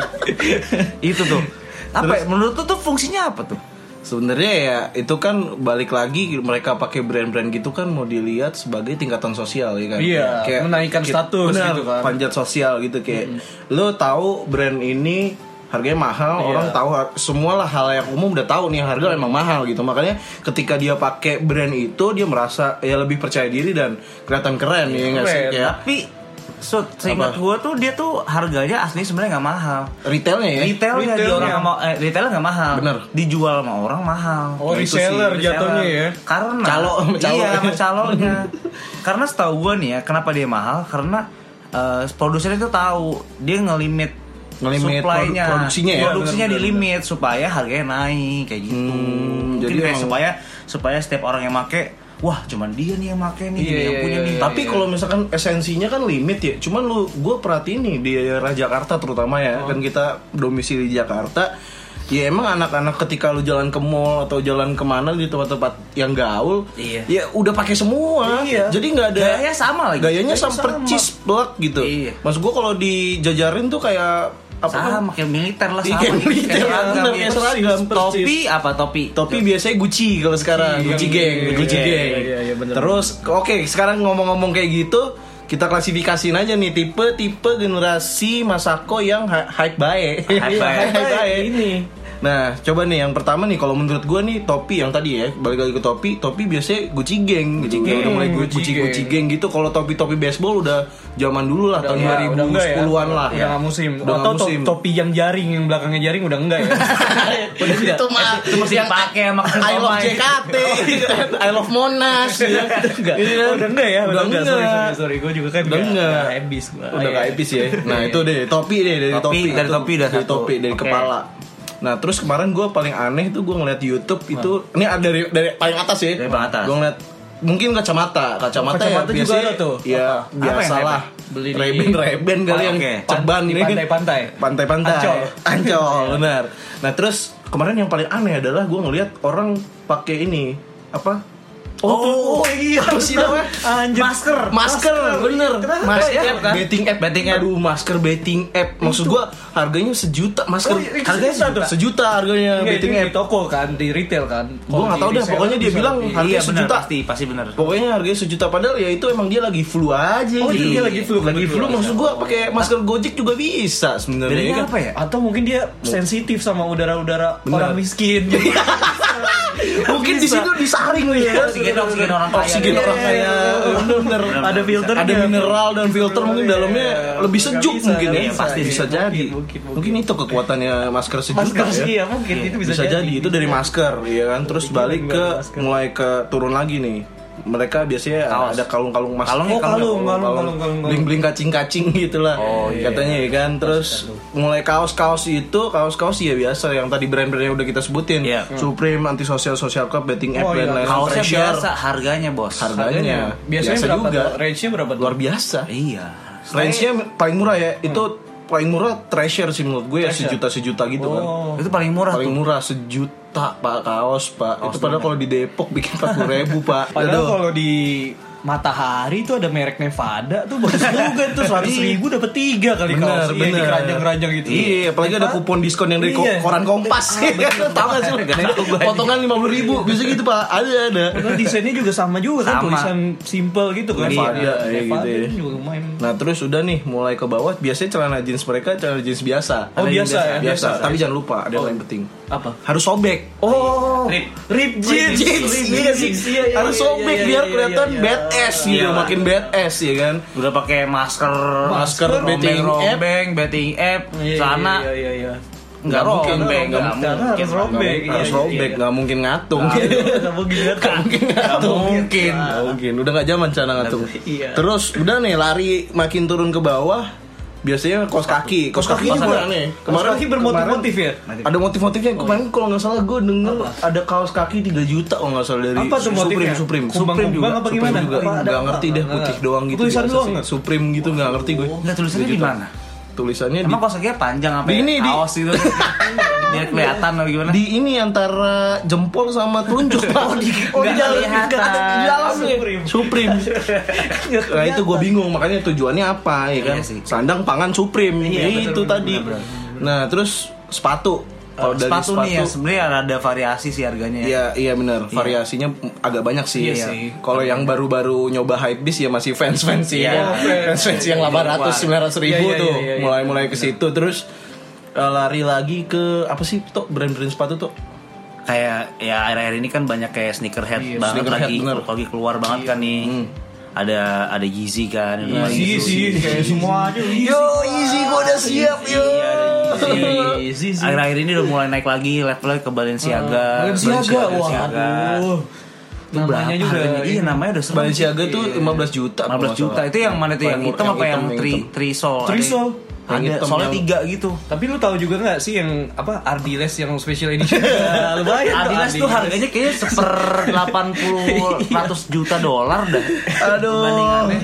[SPEAKER 2] Itu tuh. Apa ya, menurut tuh tuh fungsinya apa tuh?
[SPEAKER 1] Sebenarnya ya itu kan balik lagi mereka pakai brand-brand gitu kan mau dilihat sebagai tingkatan sosial ya kan.
[SPEAKER 3] Iya, menaikkan
[SPEAKER 1] ki-
[SPEAKER 3] status
[SPEAKER 1] benar,
[SPEAKER 3] gitu kan.
[SPEAKER 1] panjat sosial gitu kayak lo tahu brand ini harganya mahal,
[SPEAKER 3] Iya.
[SPEAKER 1] orang tahu har- semua lah hal yang umum udah tahu nih harga emang mahal gitu. Makanya ketika dia pakai brand itu dia merasa ya lebih percaya diri dan kelihatan keren ya nggak sih
[SPEAKER 3] keren.
[SPEAKER 1] kayak
[SPEAKER 2] Tapi so, seingat
[SPEAKER 1] Apa?
[SPEAKER 2] gue tuh dia tuh harganya asli sebenarnya nggak mahal.
[SPEAKER 1] retailnya ya.
[SPEAKER 2] Retailnya di
[SPEAKER 3] Retailnya.
[SPEAKER 2] orang sama eh, retailnya nggak mahal.
[SPEAKER 1] Bener.
[SPEAKER 2] Dijual sama orang mahal.
[SPEAKER 3] Oh,
[SPEAKER 2] Itu
[SPEAKER 3] reseller
[SPEAKER 2] sih,
[SPEAKER 3] jatuhnya ya.
[SPEAKER 2] Karena
[SPEAKER 1] Calo, calo.
[SPEAKER 2] iya sama calonya. Karena setahu gue nih ya, kenapa dia mahal? Karena eh, produsennya tuh tahu dia ngelimit
[SPEAKER 1] Ngelimit
[SPEAKER 2] supply-nya,
[SPEAKER 1] produ- produksinya ya?
[SPEAKER 2] produksinya
[SPEAKER 3] Bener, bener,
[SPEAKER 2] dilimit supaya harganya naik kayak gitu.
[SPEAKER 1] Hmm,
[SPEAKER 2] Mungkin
[SPEAKER 1] jadi
[SPEAKER 2] kayak
[SPEAKER 1] emang-
[SPEAKER 2] supaya supaya setiap orang yang make, wah cuman dia nih yang make nih,
[SPEAKER 3] Iya,
[SPEAKER 2] yang
[SPEAKER 3] iya,
[SPEAKER 2] punya
[SPEAKER 3] iya,
[SPEAKER 2] nih.
[SPEAKER 3] iya.
[SPEAKER 1] Tapi kalau misalkan esensinya kan limit ya. Cuman lu gue perhatiin nih di daerah Jakarta terutama ya, kan kita domisili di Jakarta. Ya emang anak-anak ketika lu jalan ke mall atau jalan kemana di tempat-tempat yang gaul,
[SPEAKER 2] Iya.
[SPEAKER 1] ya udah pakai semua.
[SPEAKER 3] Iya.
[SPEAKER 1] Jadi nggak ada
[SPEAKER 2] Gayanya sama lagi.
[SPEAKER 1] Gayanya
[SPEAKER 2] Gayanya
[SPEAKER 1] sama
[SPEAKER 2] sama.
[SPEAKER 1] percis plek gitu.
[SPEAKER 2] Iya.
[SPEAKER 1] Maksud gue kalau dijajarin tuh kayak apa kan?
[SPEAKER 2] Sama kayak militer lah,
[SPEAKER 1] Iya,
[SPEAKER 2] sama
[SPEAKER 1] kayak militer,
[SPEAKER 2] Kayak seragam,
[SPEAKER 1] bener,
[SPEAKER 2] iya.
[SPEAKER 1] kayak seragam.
[SPEAKER 2] Topi apa topi?
[SPEAKER 1] Topi biasanya Gucci kalau sekarang,
[SPEAKER 3] Gucci,
[SPEAKER 1] Gucci
[SPEAKER 3] yang-
[SPEAKER 1] Gang,
[SPEAKER 3] iya,
[SPEAKER 1] Gucci
[SPEAKER 3] iya,
[SPEAKER 1] Gang.
[SPEAKER 3] iya, iya, bener.
[SPEAKER 1] Terus oke, sekarang ngomong-ngomong kayak gitu, kita klasifikasiin aja nih tipe-tipe generasi Masako yang hi- hype bae.
[SPEAKER 2] Hype bae.
[SPEAKER 1] Hype bae.
[SPEAKER 3] ini
[SPEAKER 1] Nah, coba nih yang pertama nih kalau menurut gue nih topi yang tadi ya, balik lagi ke topi, topi biasanya Gucci Gang gitu.
[SPEAKER 3] Gang,
[SPEAKER 1] Udah mulai
[SPEAKER 3] Gucci
[SPEAKER 1] Gucci
[SPEAKER 3] Gang.
[SPEAKER 1] Gucci Gang gitu. Kalau topi-topi baseball udah zaman dulu lah, tahun
[SPEAKER 3] Udah
[SPEAKER 1] dua ribu sepuluhan lah.
[SPEAKER 3] Udah nggak musim.
[SPEAKER 1] Udah nggak
[SPEAKER 3] Atau to-
[SPEAKER 1] musim.
[SPEAKER 3] topi yang jaring yang belakangnya jaring udah enggak ya? Udah enggak.
[SPEAKER 1] Itu mah
[SPEAKER 2] Itu mesti dipakai sama
[SPEAKER 1] I love J K T, I love Monas, ya.
[SPEAKER 3] Enggak.
[SPEAKER 1] Ini kan.
[SPEAKER 3] Oh, udah enggak ya?
[SPEAKER 1] Udah
[SPEAKER 3] enggak.
[SPEAKER 1] enggak.
[SPEAKER 3] Sorry, sorry, sorry. Gue juga kan
[SPEAKER 1] Udah enggak.
[SPEAKER 3] Habis gua.
[SPEAKER 1] Udah gak epis ya. Nah itu deh topi deh dari topi,
[SPEAKER 2] Topi, dari
[SPEAKER 1] Itu
[SPEAKER 2] topi udah
[SPEAKER 1] dari
[SPEAKER 2] satu.
[SPEAKER 1] topi dari
[SPEAKER 2] Oke.
[SPEAKER 1] kepala. Nah terus kemarin gue paling aneh tuh gue ngeliat YouTube itu ini ada dari dari paling atas ya.
[SPEAKER 2] Dari paling atas.
[SPEAKER 1] Gue ngeliat mungkin kacamata, kacamata,
[SPEAKER 3] Kacamata
[SPEAKER 1] ya
[SPEAKER 3] juga
[SPEAKER 1] biasanya
[SPEAKER 3] ada tuh.
[SPEAKER 1] ya
[SPEAKER 2] Apa yang
[SPEAKER 1] biasalah
[SPEAKER 3] Beli di-
[SPEAKER 1] reben-reben kali
[SPEAKER 2] Oh,
[SPEAKER 1] yang
[SPEAKER 2] oke.
[SPEAKER 1] ceban
[SPEAKER 3] Di
[SPEAKER 1] nih.
[SPEAKER 3] pantai-pantai.
[SPEAKER 1] Pantai-pantai.
[SPEAKER 3] Ancol.
[SPEAKER 1] Ancol, benar. Nah, terus kemarin yang paling aneh adalah gue ngelihat orang pakai ini apa?
[SPEAKER 3] Oh, iya.
[SPEAKER 1] Apa sih namanya?
[SPEAKER 3] Anjir.
[SPEAKER 2] Masker.
[SPEAKER 1] Masker, bener. Masker
[SPEAKER 3] ya, kan?
[SPEAKER 1] betting app,
[SPEAKER 2] Betting app.
[SPEAKER 1] Aduh, masker betting app. Maksud gua harganya sejuta masker.
[SPEAKER 3] Oh, itu
[SPEAKER 1] harganya
[SPEAKER 3] sejuta
[SPEAKER 1] sejuta.
[SPEAKER 3] tuh?
[SPEAKER 1] Sejuta harganya
[SPEAKER 3] Enggak,
[SPEAKER 1] betting
[SPEAKER 3] itu
[SPEAKER 1] app.
[SPEAKER 3] di toko kan, di retail kan.
[SPEAKER 1] Gua nggak tahu dah, pokoknya dia bilang harganya
[SPEAKER 2] Iya benar
[SPEAKER 1] sejuta.
[SPEAKER 2] pasti pasti benar.
[SPEAKER 1] Pokoknya harganya sejuta padahal ya itu emang dia lagi flu aja.
[SPEAKER 3] Oh,
[SPEAKER 1] gitu.
[SPEAKER 3] dia lagi flu,
[SPEAKER 1] Lagi flu
[SPEAKER 3] kebetulan.
[SPEAKER 1] maksud gua pakai masker Gojek juga bisa sebenarnya.
[SPEAKER 2] Bedanya
[SPEAKER 1] kan?
[SPEAKER 2] apa ya?
[SPEAKER 3] Atau mungkin dia sensitif sama udara-udara
[SPEAKER 1] Bener.
[SPEAKER 3] orang miskin.
[SPEAKER 1] Mungkin di situ disaring nih ya.
[SPEAKER 2] Oksigen oksigen orang kaya.
[SPEAKER 1] Oksigen
[SPEAKER 2] Iya,
[SPEAKER 1] orang
[SPEAKER 2] iya,
[SPEAKER 1] kaya.
[SPEAKER 2] iya.
[SPEAKER 1] Bener-bener.
[SPEAKER 3] Ada filternya.
[SPEAKER 1] Ada mineral dan filter mungkin dalamnya lebih
[SPEAKER 3] Nggak
[SPEAKER 1] sejuk
[SPEAKER 3] bisa,
[SPEAKER 1] mungkin ya.
[SPEAKER 3] nggak bisa,
[SPEAKER 1] Pasti
[SPEAKER 3] iya.
[SPEAKER 1] bisa
[SPEAKER 3] Mungkin,
[SPEAKER 1] jadi.
[SPEAKER 3] mungkin, mungkin.
[SPEAKER 1] Mungkin itu kekuatannya masker sejuta
[SPEAKER 3] Masker
[SPEAKER 1] ya.
[SPEAKER 3] iya mungkin itu bisa,
[SPEAKER 1] Bisa jadi itu dari masker ya kan. Terus
[SPEAKER 3] Bikin
[SPEAKER 1] balik
[SPEAKER 3] juga
[SPEAKER 1] ke
[SPEAKER 3] ada masker.
[SPEAKER 1] mulai ke turun lagi nih. Mereka biasanya
[SPEAKER 2] Kaos.
[SPEAKER 1] ada kalung-kalung masker.
[SPEAKER 2] Kalung ya,
[SPEAKER 3] Oh, kalung, kalung, kalung, kalung, kalung.
[SPEAKER 1] Bling-bling kacing-kacing gitulah.
[SPEAKER 2] Oh, iya.
[SPEAKER 1] Katanya ya kan. Terus mulai kaos-kaos itu, kaos-kaos ya biasa yang tadi brand-brand yang udah kita sebutin.
[SPEAKER 2] Iya.
[SPEAKER 1] Supreme, Anti Social, Social Club, Betting App
[SPEAKER 3] Oh,
[SPEAKER 1] dan
[SPEAKER 3] iya.
[SPEAKER 1] lain-lain.
[SPEAKER 2] Kaosnya
[SPEAKER 1] Treasure.
[SPEAKER 2] biasa harganya bos.
[SPEAKER 1] Harganya
[SPEAKER 3] Biasanya
[SPEAKER 1] biasa
[SPEAKER 3] berapa
[SPEAKER 1] juga.
[SPEAKER 3] tuh? Range-nya berapa tuh?
[SPEAKER 1] Luar biasa.
[SPEAKER 2] Iya.
[SPEAKER 1] Range-nya paling murah ya. Itu paling murah Treasure sih menurut gue ya
[SPEAKER 3] Treasure.
[SPEAKER 1] sejuta-sejuta gitu kan.
[SPEAKER 3] Oh.
[SPEAKER 2] Itu paling murah
[SPEAKER 1] Paling
[SPEAKER 2] tuh.
[SPEAKER 1] murah sejuta pak kaos pak.
[SPEAKER 2] Kaos
[SPEAKER 1] Itu padahal
[SPEAKER 2] bener.
[SPEAKER 1] kalau di Depok bikin empat puluh ribu pak.
[SPEAKER 3] Padahal
[SPEAKER 1] Aduh.
[SPEAKER 3] kalau di Matahari tuh ada merek Nevada tuh bagus juga tuh seratus ribu dapat tiga kali
[SPEAKER 1] Bener,
[SPEAKER 3] kaos. Iya, di
[SPEAKER 1] bener.
[SPEAKER 3] keranjang-keranjang gitu.
[SPEAKER 1] Iya, apalagi ada kupon diskon yang dari ko-
[SPEAKER 3] Iya.
[SPEAKER 1] koran Kompas. Tahu gak sih? Potongan lima puluh ribu, bisa gitu pak. Ada ada.
[SPEAKER 3] Padahal desainnya juga sama juga kan,
[SPEAKER 2] Sama.
[SPEAKER 3] tulisan simple gitu kan.
[SPEAKER 1] Nevada,
[SPEAKER 3] Iya,
[SPEAKER 1] ya
[SPEAKER 3] Nevada
[SPEAKER 1] gitu ya.
[SPEAKER 3] juga lumayan.
[SPEAKER 1] Nah terus udah nih mulai ke bawah. Biasanya celana jeans mereka celana jeans biasa.
[SPEAKER 3] Oh,
[SPEAKER 1] Ada yang
[SPEAKER 3] biasa ya?
[SPEAKER 1] Biasa.
[SPEAKER 3] Biasa.
[SPEAKER 1] Tapi jangan lupa ada yang paling penting.
[SPEAKER 3] Apa?
[SPEAKER 1] Harus sobek.
[SPEAKER 3] Oh,
[SPEAKER 2] Rip.
[SPEAKER 3] rip jeans.
[SPEAKER 1] Jeans, iya sih.
[SPEAKER 3] Iya, iya,
[SPEAKER 1] Harus
[SPEAKER 3] iya,
[SPEAKER 1] sobek
[SPEAKER 3] iya,
[SPEAKER 1] biar
[SPEAKER 3] iya,
[SPEAKER 1] kelihatan
[SPEAKER 3] iya, iya.
[SPEAKER 1] badass gitu,
[SPEAKER 2] Iya.
[SPEAKER 1] makin badass ya kan.
[SPEAKER 2] Udah pakai masker,
[SPEAKER 1] Masker, betting app.
[SPEAKER 2] rombeng, betting app,
[SPEAKER 3] Iya,
[SPEAKER 2] sana
[SPEAKER 3] Iya, iya, iya.
[SPEAKER 2] nggak mungkin,
[SPEAKER 1] robek,
[SPEAKER 2] nggak
[SPEAKER 1] nggak
[SPEAKER 2] mungkin,
[SPEAKER 3] Karena harus robek.
[SPEAKER 1] Harus
[SPEAKER 3] Iya,
[SPEAKER 1] robek,
[SPEAKER 3] iya.
[SPEAKER 1] nggak mungkin ngatung.
[SPEAKER 3] Nggak mungkin lihat kan.
[SPEAKER 1] Nggak mungkin, nggak mungkin. Udah nggak zaman celana ngatung.
[SPEAKER 3] Iya.
[SPEAKER 1] Terus udah nih lari makin turun ke bawah. Biasanya kaos kaki, kaos kaki ini
[SPEAKER 3] Kaos
[SPEAKER 1] mulai
[SPEAKER 3] kaki.
[SPEAKER 1] aneh.
[SPEAKER 3] Kaos kaki bermotif-motif ya?
[SPEAKER 1] Ada motif-motifnya. Kemarin kalau nggak salah gue denger ada kaos kaki tiga juta kalau nggak salah dari
[SPEAKER 3] Apa tuh
[SPEAKER 1] Supreme,
[SPEAKER 3] motifnya?
[SPEAKER 1] Supreme,
[SPEAKER 3] Kumbang-kumbang
[SPEAKER 1] Supreme juga.
[SPEAKER 3] apa
[SPEAKER 1] Supreme
[SPEAKER 3] gimana?
[SPEAKER 1] juga.
[SPEAKER 3] Apa ada
[SPEAKER 1] Nggak
[SPEAKER 3] apa?
[SPEAKER 1] ngerti deh,
[SPEAKER 3] Nggak
[SPEAKER 1] putih
[SPEAKER 3] ngerti.
[SPEAKER 1] doang gitu.
[SPEAKER 3] Tulisan
[SPEAKER 1] biasa
[SPEAKER 3] doang
[SPEAKER 1] sih.
[SPEAKER 3] nggak?
[SPEAKER 1] Supreme gitu nggak ngerti gue.
[SPEAKER 2] Nggak, tulisannya
[SPEAKER 1] tiga
[SPEAKER 2] di
[SPEAKER 1] juta.
[SPEAKER 2] mana?
[SPEAKER 1] Tulisannya di
[SPEAKER 2] Emang kaos kakinya panjang apa?
[SPEAKER 1] Di ini, di-
[SPEAKER 2] kaos itu biar kelihatan atau gimana?
[SPEAKER 1] di ini antara jempol sama telunjuk pak. Oh di,
[SPEAKER 2] oh, di dalam.
[SPEAKER 1] nggak ada di dalam
[SPEAKER 3] Supreme.
[SPEAKER 1] Supreme. Nah itu gue bingung makanya tujuannya apa ya kan?
[SPEAKER 2] Iya sih.
[SPEAKER 1] Sandang pangan Supreme
[SPEAKER 3] Iya,
[SPEAKER 1] itu
[SPEAKER 3] betul,
[SPEAKER 1] tadi.
[SPEAKER 3] benar,
[SPEAKER 1] Nah terus sepatu. Kalau dari
[SPEAKER 2] sepatu, nih ya sebenarnya ada variasi sih harganya.
[SPEAKER 1] Iya iya benar variasinya agak banyak sih.
[SPEAKER 3] Iya sih.
[SPEAKER 1] Kalau yang baru-baru nyoba hypebeast ya masih fans fans sih.
[SPEAKER 2] Iya.
[SPEAKER 1] Fans fans yang delapan ratus sembilan ratus ribu
[SPEAKER 3] Iya, iya,
[SPEAKER 1] tuh
[SPEAKER 3] iya, iya,
[SPEAKER 1] mulai mulai ke situ terus uh, lari lagi ke apa sih tuh brand-brand sepatu tuh?
[SPEAKER 2] Kayak ya akhir-akhir ini kan banyak kayak sneakerhead
[SPEAKER 3] Iya,
[SPEAKER 2] banget
[SPEAKER 1] sneakerhead,
[SPEAKER 2] lagi,
[SPEAKER 1] bener.
[SPEAKER 2] lagi keluar banget kan nih. Ada ada Yeezy kan,
[SPEAKER 3] Iya
[SPEAKER 2] lagi
[SPEAKER 3] sih
[SPEAKER 2] gitu.
[SPEAKER 3] sih kayak semua aja.
[SPEAKER 1] Yo easy gue udah siap yo.
[SPEAKER 2] Iya, ada Yeezy.
[SPEAKER 3] Easy sih.
[SPEAKER 2] Akhir-akhir ini udah mulai naik lagi levelnya ke Balenciaga.
[SPEAKER 3] Balenciaga,
[SPEAKER 2] Balenciaga.
[SPEAKER 3] waduh. Namanya
[SPEAKER 2] Berapa
[SPEAKER 3] juga.
[SPEAKER 2] harganya? Iya namanya udah serem.
[SPEAKER 1] Balenciaga tuh lima belas juta.
[SPEAKER 2] lima belas juta. Itu yang mana tuh yang
[SPEAKER 1] Paling
[SPEAKER 2] hitam
[SPEAKER 1] murah,
[SPEAKER 2] apa yang
[SPEAKER 1] hitam,
[SPEAKER 2] tri
[SPEAKER 1] hitam.
[SPEAKER 2] trisol?
[SPEAKER 3] Trisol.
[SPEAKER 1] Yang
[SPEAKER 2] Ada
[SPEAKER 1] hitam
[SPEAKER 2] soalnya
[SPEAKER 1] yang-
[SPEAKER 2] tiga gitu.
[SPEAKER 3] Tapi lu tahu juga nggak sih yang apa Ardiles yang special edition? Ya, lumayan. tuh
[SPEAKER 2] Adidas tuh harganya kayaknya seper delapan puluh ratus juta dolar dah.
[SPEAKER 1] Aduh.
[SPEAKER 2] Bandingannya.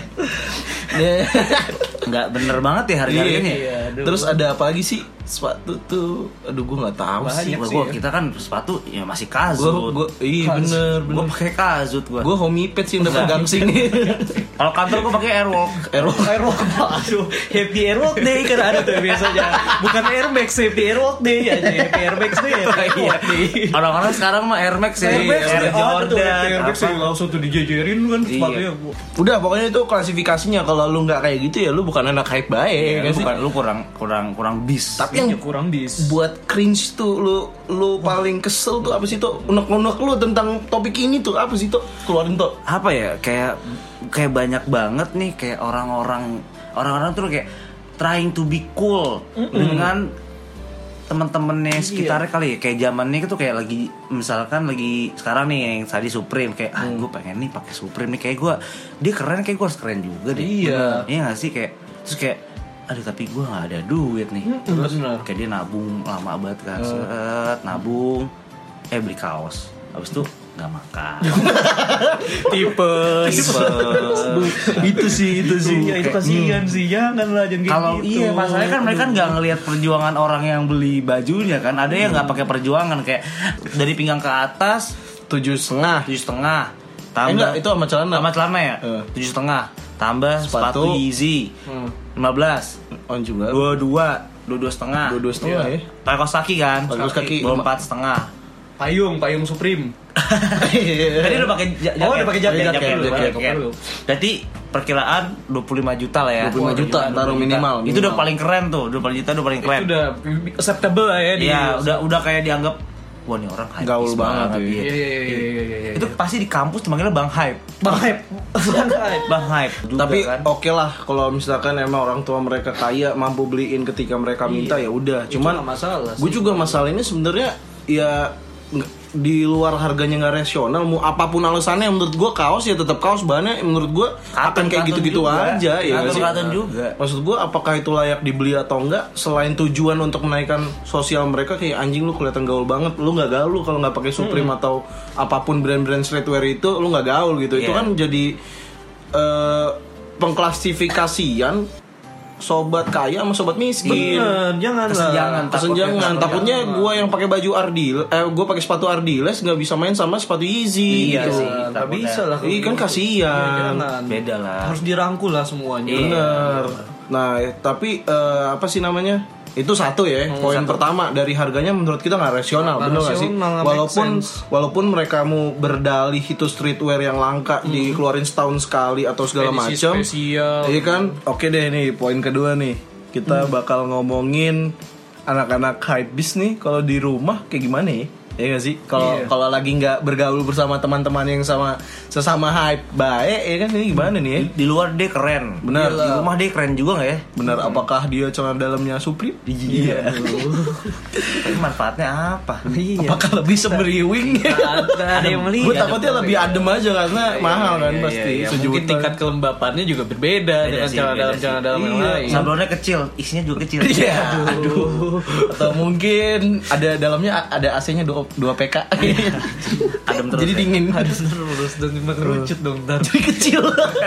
[SPEAKER 1] Ya.
[SPEAKER 2] Nggak bener banget ya harga-harganya.
[SPEAKER 3] Iya, aduh.
[SPEAKER 1] Terus ada apa lagi sih sepatu tuh? Aduh gue nggak tahu sih.
[SPEAKER 3] Banyak
[SPEAKER 2] Wah,
[SPEAKER 3] sih
[SPEAKER 2] gua,
[SPEAKER 3] ya.
[SPEAKER 2] kita kan sepatu ya masih
[SPEAKER 1] Gue
[SPEAKER 2] kazut.
[SPEAKER 1] gue iya bener
[SPEAKER 2] Gue
[SPEAKER 1] bener.
[SPEAKER 2] pakai kazut gue.
[SPEAKER 1] Gue homipet sih yang dapat
[SPEAKER 2] Enggak.
[SPEAKER 1] gangsing.
[SPEAKER 2] Kalau kantor gue pakai Airwalk.
[SPEAKER 1] Airwalk.
[SPEAKER 3] Airwalk, aduh, Happy Airwalk Day kan ada tuh biasanya. Bukan Air Max, Happy Airwalk Day aja. Happy Air Max Day, Happy Airwalk Day.
[SPEAKER 2] Orang-orang sekarang mah Air Max ya,
[SPEAKER 3] Air Max
[SPEAKER 2] Air
[SPEAKER 3] Day, ada tuh
[SPEAKER 2] Jordan,
[SPEAKER 3] Air Max
[SPEAKER 2] apa.
[SPEAKER 3] ya, langsung tuh dijejerin kan
[SPEAKER 2] Iya.
[SPEAKER 3] sepatunya.
[SPEAKER 1] Udah pokoknya itu klasifikasinya kalau lu nggak kayak gitu ya lu bukan anak hype baik
[SPEAKER 2] Iya,
[SPEAKER 1] kan
[SPEAKER 2] lu
[SPEAKER 1] sih?
[SPEAKER 2] bukan lu kurang kurang kurang bis.
[SPEAKER 1] Tapi yang
[SPEAKER 3] Ya, kurang bis.
[SPEAKER 1] buat cringe tuh lu lu paling kesel tuh apa sih tuh? Unek-unek lu tentang topik ini tuh apa sih tuh? Keluarin tuh.
[SPEAKER 2] Apa ya kayak kayak banyak banget nih kayak orang-orang orang-orang tuh kayak trying to be cool dengan teman-temannya sekitarnya kali ya kayak zamannya itu kayak lagi misalkan lagi sekarang nih yang tadi Supreme kayak ah gue pengen nih pakai Supreme nih kayak gue dia keren kayak gue harus keren juga deh.
[SPEAKER 3] Iya.
[SPEAKER 2] Iya nggak sih kayak terus kayak aduh tapi gue nggak ada duit nih
[SPEAKER 3] Benar.
[SPEAKER 2] kayak dia nabung lama banget kan set nabung eh beli kaos habis itu nggak makan.
[SPEAKER 3] Tipes.
[SPEAKER 1] Itu sih, itu sih.
[SPEAKER 3] Iya, itu kasihan sih. Jangan lah, jangan kayak
[SPEAKER 2] Kalau
[SPEAKER 3] gitu.
[SPEAKER 2] iya masalahnya kan mereka nggak ngelihat perjuangan orang yang beli bajunya kan. Ada yang nggak pakai perjuangan kayak dari pinggang ke atas
[SPEAKER 1] Tujuh setengah.
[SPEAKER 2] tujuh setengah
[SPEAKER 1] Eh,
[SPEAKER 2] tambah
[SPEAKER 1] enggak, itu sama celana.
[SPEAKER 2] sama celana ya
[SPEAKER 1] Eh.
[SPEAKER 2] tujuh setengah tambah sepatu,
[SPEAKER 1] Sepatu.
[SPEAKER 2] Yeezy
[SPEAKER 1] Hmm.
[SPEAKER 2] lima belas
[SPEAKER 1] Oh juga.
[SPEAKER 2] dua dua dua dua setengah
[SPEAKER 1] Dua dua setengah ya.
[SPEAKER 2] pakai kaos kaki kan
[SPEAKER 1] Pakai kaos kaki.
[SPEAKER 2] dua empat setengah
[SPEAKER 3] Payung, payung Supreme.
[SPEAKER 2] tadi udah pakai ja- jaket
[SPEAKER 3] Oh, udah pakai jaket.
[SPEAKER 2] Jaket,
[SPEAKER 1] Jaket,
[SPEAKER 2] udah pakai
[SPEAKER 1] jaket.
[SPEAKER 2] jaket. Berarti perkiraan dua puluh lima juta lah ya.
[SPEAKER 1] dua puluh lima juta,
[SPEAKER 2] dua puluh
[SPEAKER 1] taruh
[SPEAKER 2] juta.
[SPEAKER 1] minimal,
[SPEAKER 2] Itu udah
[SPEAKER 1] minimal.
[SPEAKER 2] paling keren tuh, dua puluh juta udah paling keren.
[SPEAKER 3] Itu udah acceptable lah ya di
[SPEAKER 2] Iya, udah udah kayak dianggap wah nih orang hype
[SPEAKER 1] Gaul banget,
[SPEAKER 2] dia.
[SPEAKER 3] Iya, iya, iya, iya, iya, iya.
[SPEAKER 2] Itu pasti di kampus dipanggilnya Bang Hype.
[SPEAKER 3] Bang Hype. Bang Hype.
[SPEAKER 2] Bang Hype juga
[SPEAKER 1] Tapi
[SPEAKER 2] kan.
[SPEAKER 1] oke lah kalau misalkan emang orang tua mereka kaya mampu beliin ketika mereka minta ya udah.
[SPEAKER 3] Itu
[SPEAKER 1] Cuman
[SPEAKER 3] nggak masalah sih.
[SPEAKER 1] gue juga masalah ini sebenarnya ya nggak- di luar harganya nggak rasional. Mau apapun alasannya menurut gue kaos ya tetap kaos, bahannya menurut gue akan kayak
[SPEAKER 2] Katun
[SPEAKER 1] gitu-gitu
[SPEAKER 2] juga.
[SPEAKER 1] aja ya nggak sih?
[SPEAKER 2] Katun juga.
[SPEAKER 1] Maksud gue apakah itu layak dibeli atau enggak? Selain tujuan untuk menaikkan sosial mereka kayak anjing lu kelihatan gaul banget, lu nggak gaul lu kalau nggak pakai Supreme atau apapun brand-brand streetwear itu lu nggak gaul gitu. Itu
[SPEAKER 2] Iya.
[SPEAKER 1] kan jadi eh, pengklasifikasian sobat kaya sama sobat miskin.
[SPEAKER 3] Bener, jangan lah.
[SPEAKER 2] Kesenjangan.
[SPEAKER 1] Kesenjangan. Takutnya gue yang pakai baju Ardiles, eh gue pakai sepatu Ardiles nggak bisa main sama sepatu Yeezy.
[SPEAKER 2] Iya
[SPEAKER 1] gitu.
[SPEAKER 2] sih.
[SPEAKER 3] Nggak
[SPEAKER 2] takutnya.
[SPEAKER 3] bisa lah.
[SPEAKER 1] Iya kan kasihan.
[SPEAKER 3] Jangan.
[SPEAKER 2] Beda lah.
[SPEAKER 3] Harus dirangkul lah semuanya.
[SPEAKER 2] Iya.
[SPEAKER 1] Bener. Nah, tapi eh, apa sih namanya? Itu satu ya. Poin pertama dari harganya menurut kita nggak rasional,
[SPEAKER 3] Nggak
[SPEAKER 1] bener nggak sih?
[SPEAKER 3] rasional, nggak make
[SPEAKER 1] Walaupun
[SPEAKER 3] sense.
[SPEAKER 1] walaupun mereka mau berdalih itu streetwear yang langka dikeluarin setahun sekali atau segala
[SPEAKER 3] Edisi
[SPEAKER 1] macam.
[SPEAKER 3] spesial.
[SPEAKER 1] Iya kan? Oke deh nih poin kedua nih. Kita bakal ngomongin anak-anak hypebeast nih kalau di rumah kayak gimana ya? Ya nggak sih? Kalau
[SPEAKER 3] Iya.
[SPEAKER 1] kalau lagi nggak bergaul bersama teman-teman yang sama sesama hype baik ya kan ini gimana nih ya?
[SPEAKER 2] Di, di luar dia keren.
[SPEAKER 1] Benar.
[SPEAKER 2] Di rumah dia keren juga nggak ya?
[SPEAKER 1] Benar, apakah dia celana dalamnya Supreme?
[SPEAKER 2] Iya. Tapi manfaatnya apa?
[SPEAKER 3] Iya.
[SPEAKER 1] Apakah lebih sembriwing?
[SPEAKER 3] Ada ada yang melihat.
[SPEAKER 1] Gue takutnya lebih adem aja karena mahal kan
[SPEAKER 3] Iya,
[SPEAKER 1] pasti
[SPEAKER 3] iya, iya.
[SPEAKER 1] sejuta.
[SPEAKER 3] Mungkin tingkat kelembapannya juga berbeda
[SPEAKER 2] Beda
[SPEAKER 3] dengan
[SPEAKER 2] sih,
[SPEAKER 3] celana
[SPEAKER 2] beda
[SPEAKER 3] dalam
[SPEAKER 2] sih.
[SPEAKER 3] celana dalam yang
[SPEAKER 1] Iya.
[SPEAKER 3] lain.
[SPEAKER 2] Sablonnya kecil, isinya juga kecil.
[SPEAKER 1] Iya. Aduh. Atau mungkin ada dalamnya ada A C-nya dua P K.
[SPEAKER 2] Adem terus.
[SPEAKER 1] Jadi
[SPEAKER 2] ya.
[SPEAKER 1] dingin.
[SPEAKER 3] Terus dan mengerucut dong ntar.
[SPEAKER 1] Jadi kecil.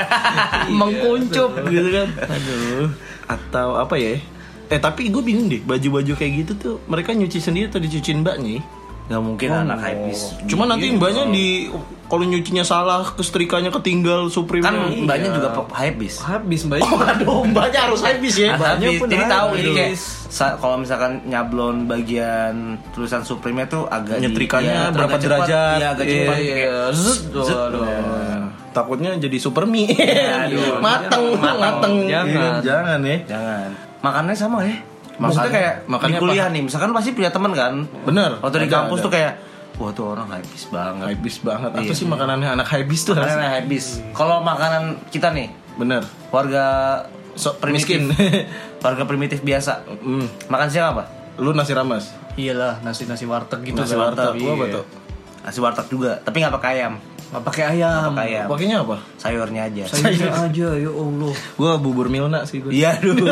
[SPEAKER 1] Mengkuncup gitu kan. Aduh. Atau apa ya? Eh tapi gue bingung deh, baju-baju kayak gitu tuh mereka nyuci sendiri atau dicuciin mbaknya?
[SPEAKER 2] Nggak mungkin anak hypebeast.
[SPEAKER 1] Cuma nanti mbaknya di kalau nyucinya salah, kesetrikanya ketinggal Supreme.
[SPEAKER 2] Kan
[SPEAKER 3] Iya.
[SPEAKER 2] mbaknya juga hypebeast.
[SPEAKER 3] Habis mbak.
[SPEAKER 1] Oh, aduh, mbaknya harus habis ya.
[SPEAKER 3] Mbaknya
[SPEAKER 2] Habis.
[SPEAKER 3] pun
[SPEAKER 2] Jadi tahu
[SPEAKER 3] habis.
[SPEAKER 2] ini kayak sa- kalau misalkan nyablon bagian tulisan Supreme-nya tuh agak di-
[SPEAKER 1] Nyetrikanya
[SPEAKER 2] iya,
[SPEAKER 1] berapa
[SPEAKER 2] agak cepat.
[SPEAKER 1] derajat.
[SPEAKER 2] Iya, agak
[SPEAKER 1] Iya,
[SPEAKER 2] cepat.
[SPEAKER 1] iya.
[SPEAKER 2] Kayak
[SPEAKER 3] Zut,
[SPEAKER 2] zut.
[SPEAKER 3] aduh.
[SPEAKER 1] Nah, takutnya jadi super mie.
[SPEAKER 2] Aduh.
[SPEAKER 1] mateng,
[SPEAKER 2] Mateng.
[SPEAKER 1] mateng.
[SPEAKER 3] Jangan.
[SPEAKER 1] Iya, jangan ya.
[SPEAKER 2] Jangan. Makannya sama ya.
[SPEAKER 1] Makan-
[SPEAKER 2] Maksudnya kayak
[SPEAKER 1] makannya
[SPEAKER 2] di kuliah
[SPEAKER 1] apa?
[SPEAKER 2] nih, misalkan pasti punya teman kan.
[SPEAKER 1] Bener.
[SPEAKER 2] Waktu di
[SPEAKER 1] Ada,
[SPEAKER 2] kampus
[SPEAKER 1] ada.
[SPEAKER 2] tuh kayak wah tuh orang hypebeast banget.
[SPEAKER 1] Hypebeast banget. Apa
[SPEAKER 2] Iya.
[SPEAKER 1] sih makanannya anak hypebeast tuh?
[SPEAKER 2] Makanan hypebeast. Kalau makanan kita nih,
[SPEAKER 1] Bener.
[SPEAKER 2] warga
[SPEAKER 1] So,
[SPEAKER 2] primitif,
[SPEAKER 1] miskin.
[SPEAKER 2] warga primitif biasa.
[SPEAKER 1] Hmm.
[SPEAKER 2] Makan siang apa?
[SPEAKER 1] Lu nasi ramas.
[SPEAKER 3] Iyalah nasi nasi warteg gitu.
[SPEAKER 1] Nasi
[SPEAKER 3] kan.
[SPEAKER 1] warteg. Gua apa
[SPEAKER 3] Iya.
[SPEAKER 1] tuh?
[SPEAKER 2] Nasi warteg juga, tapi nggak pakai ayam,
[SPEAKER 3] Nggak pakai ayam.
[SPEAKER 2] pakai ayam.
[SPEAKER 1] Pakainya apa?
[SPEAKER 2] Sayurnya aja.
[SPEAKER 3] Sayur aja ya Allah.
[SPEAKER 1] Gua bubur Milna sih gua.
[SPEAKER 2] Iya dulu.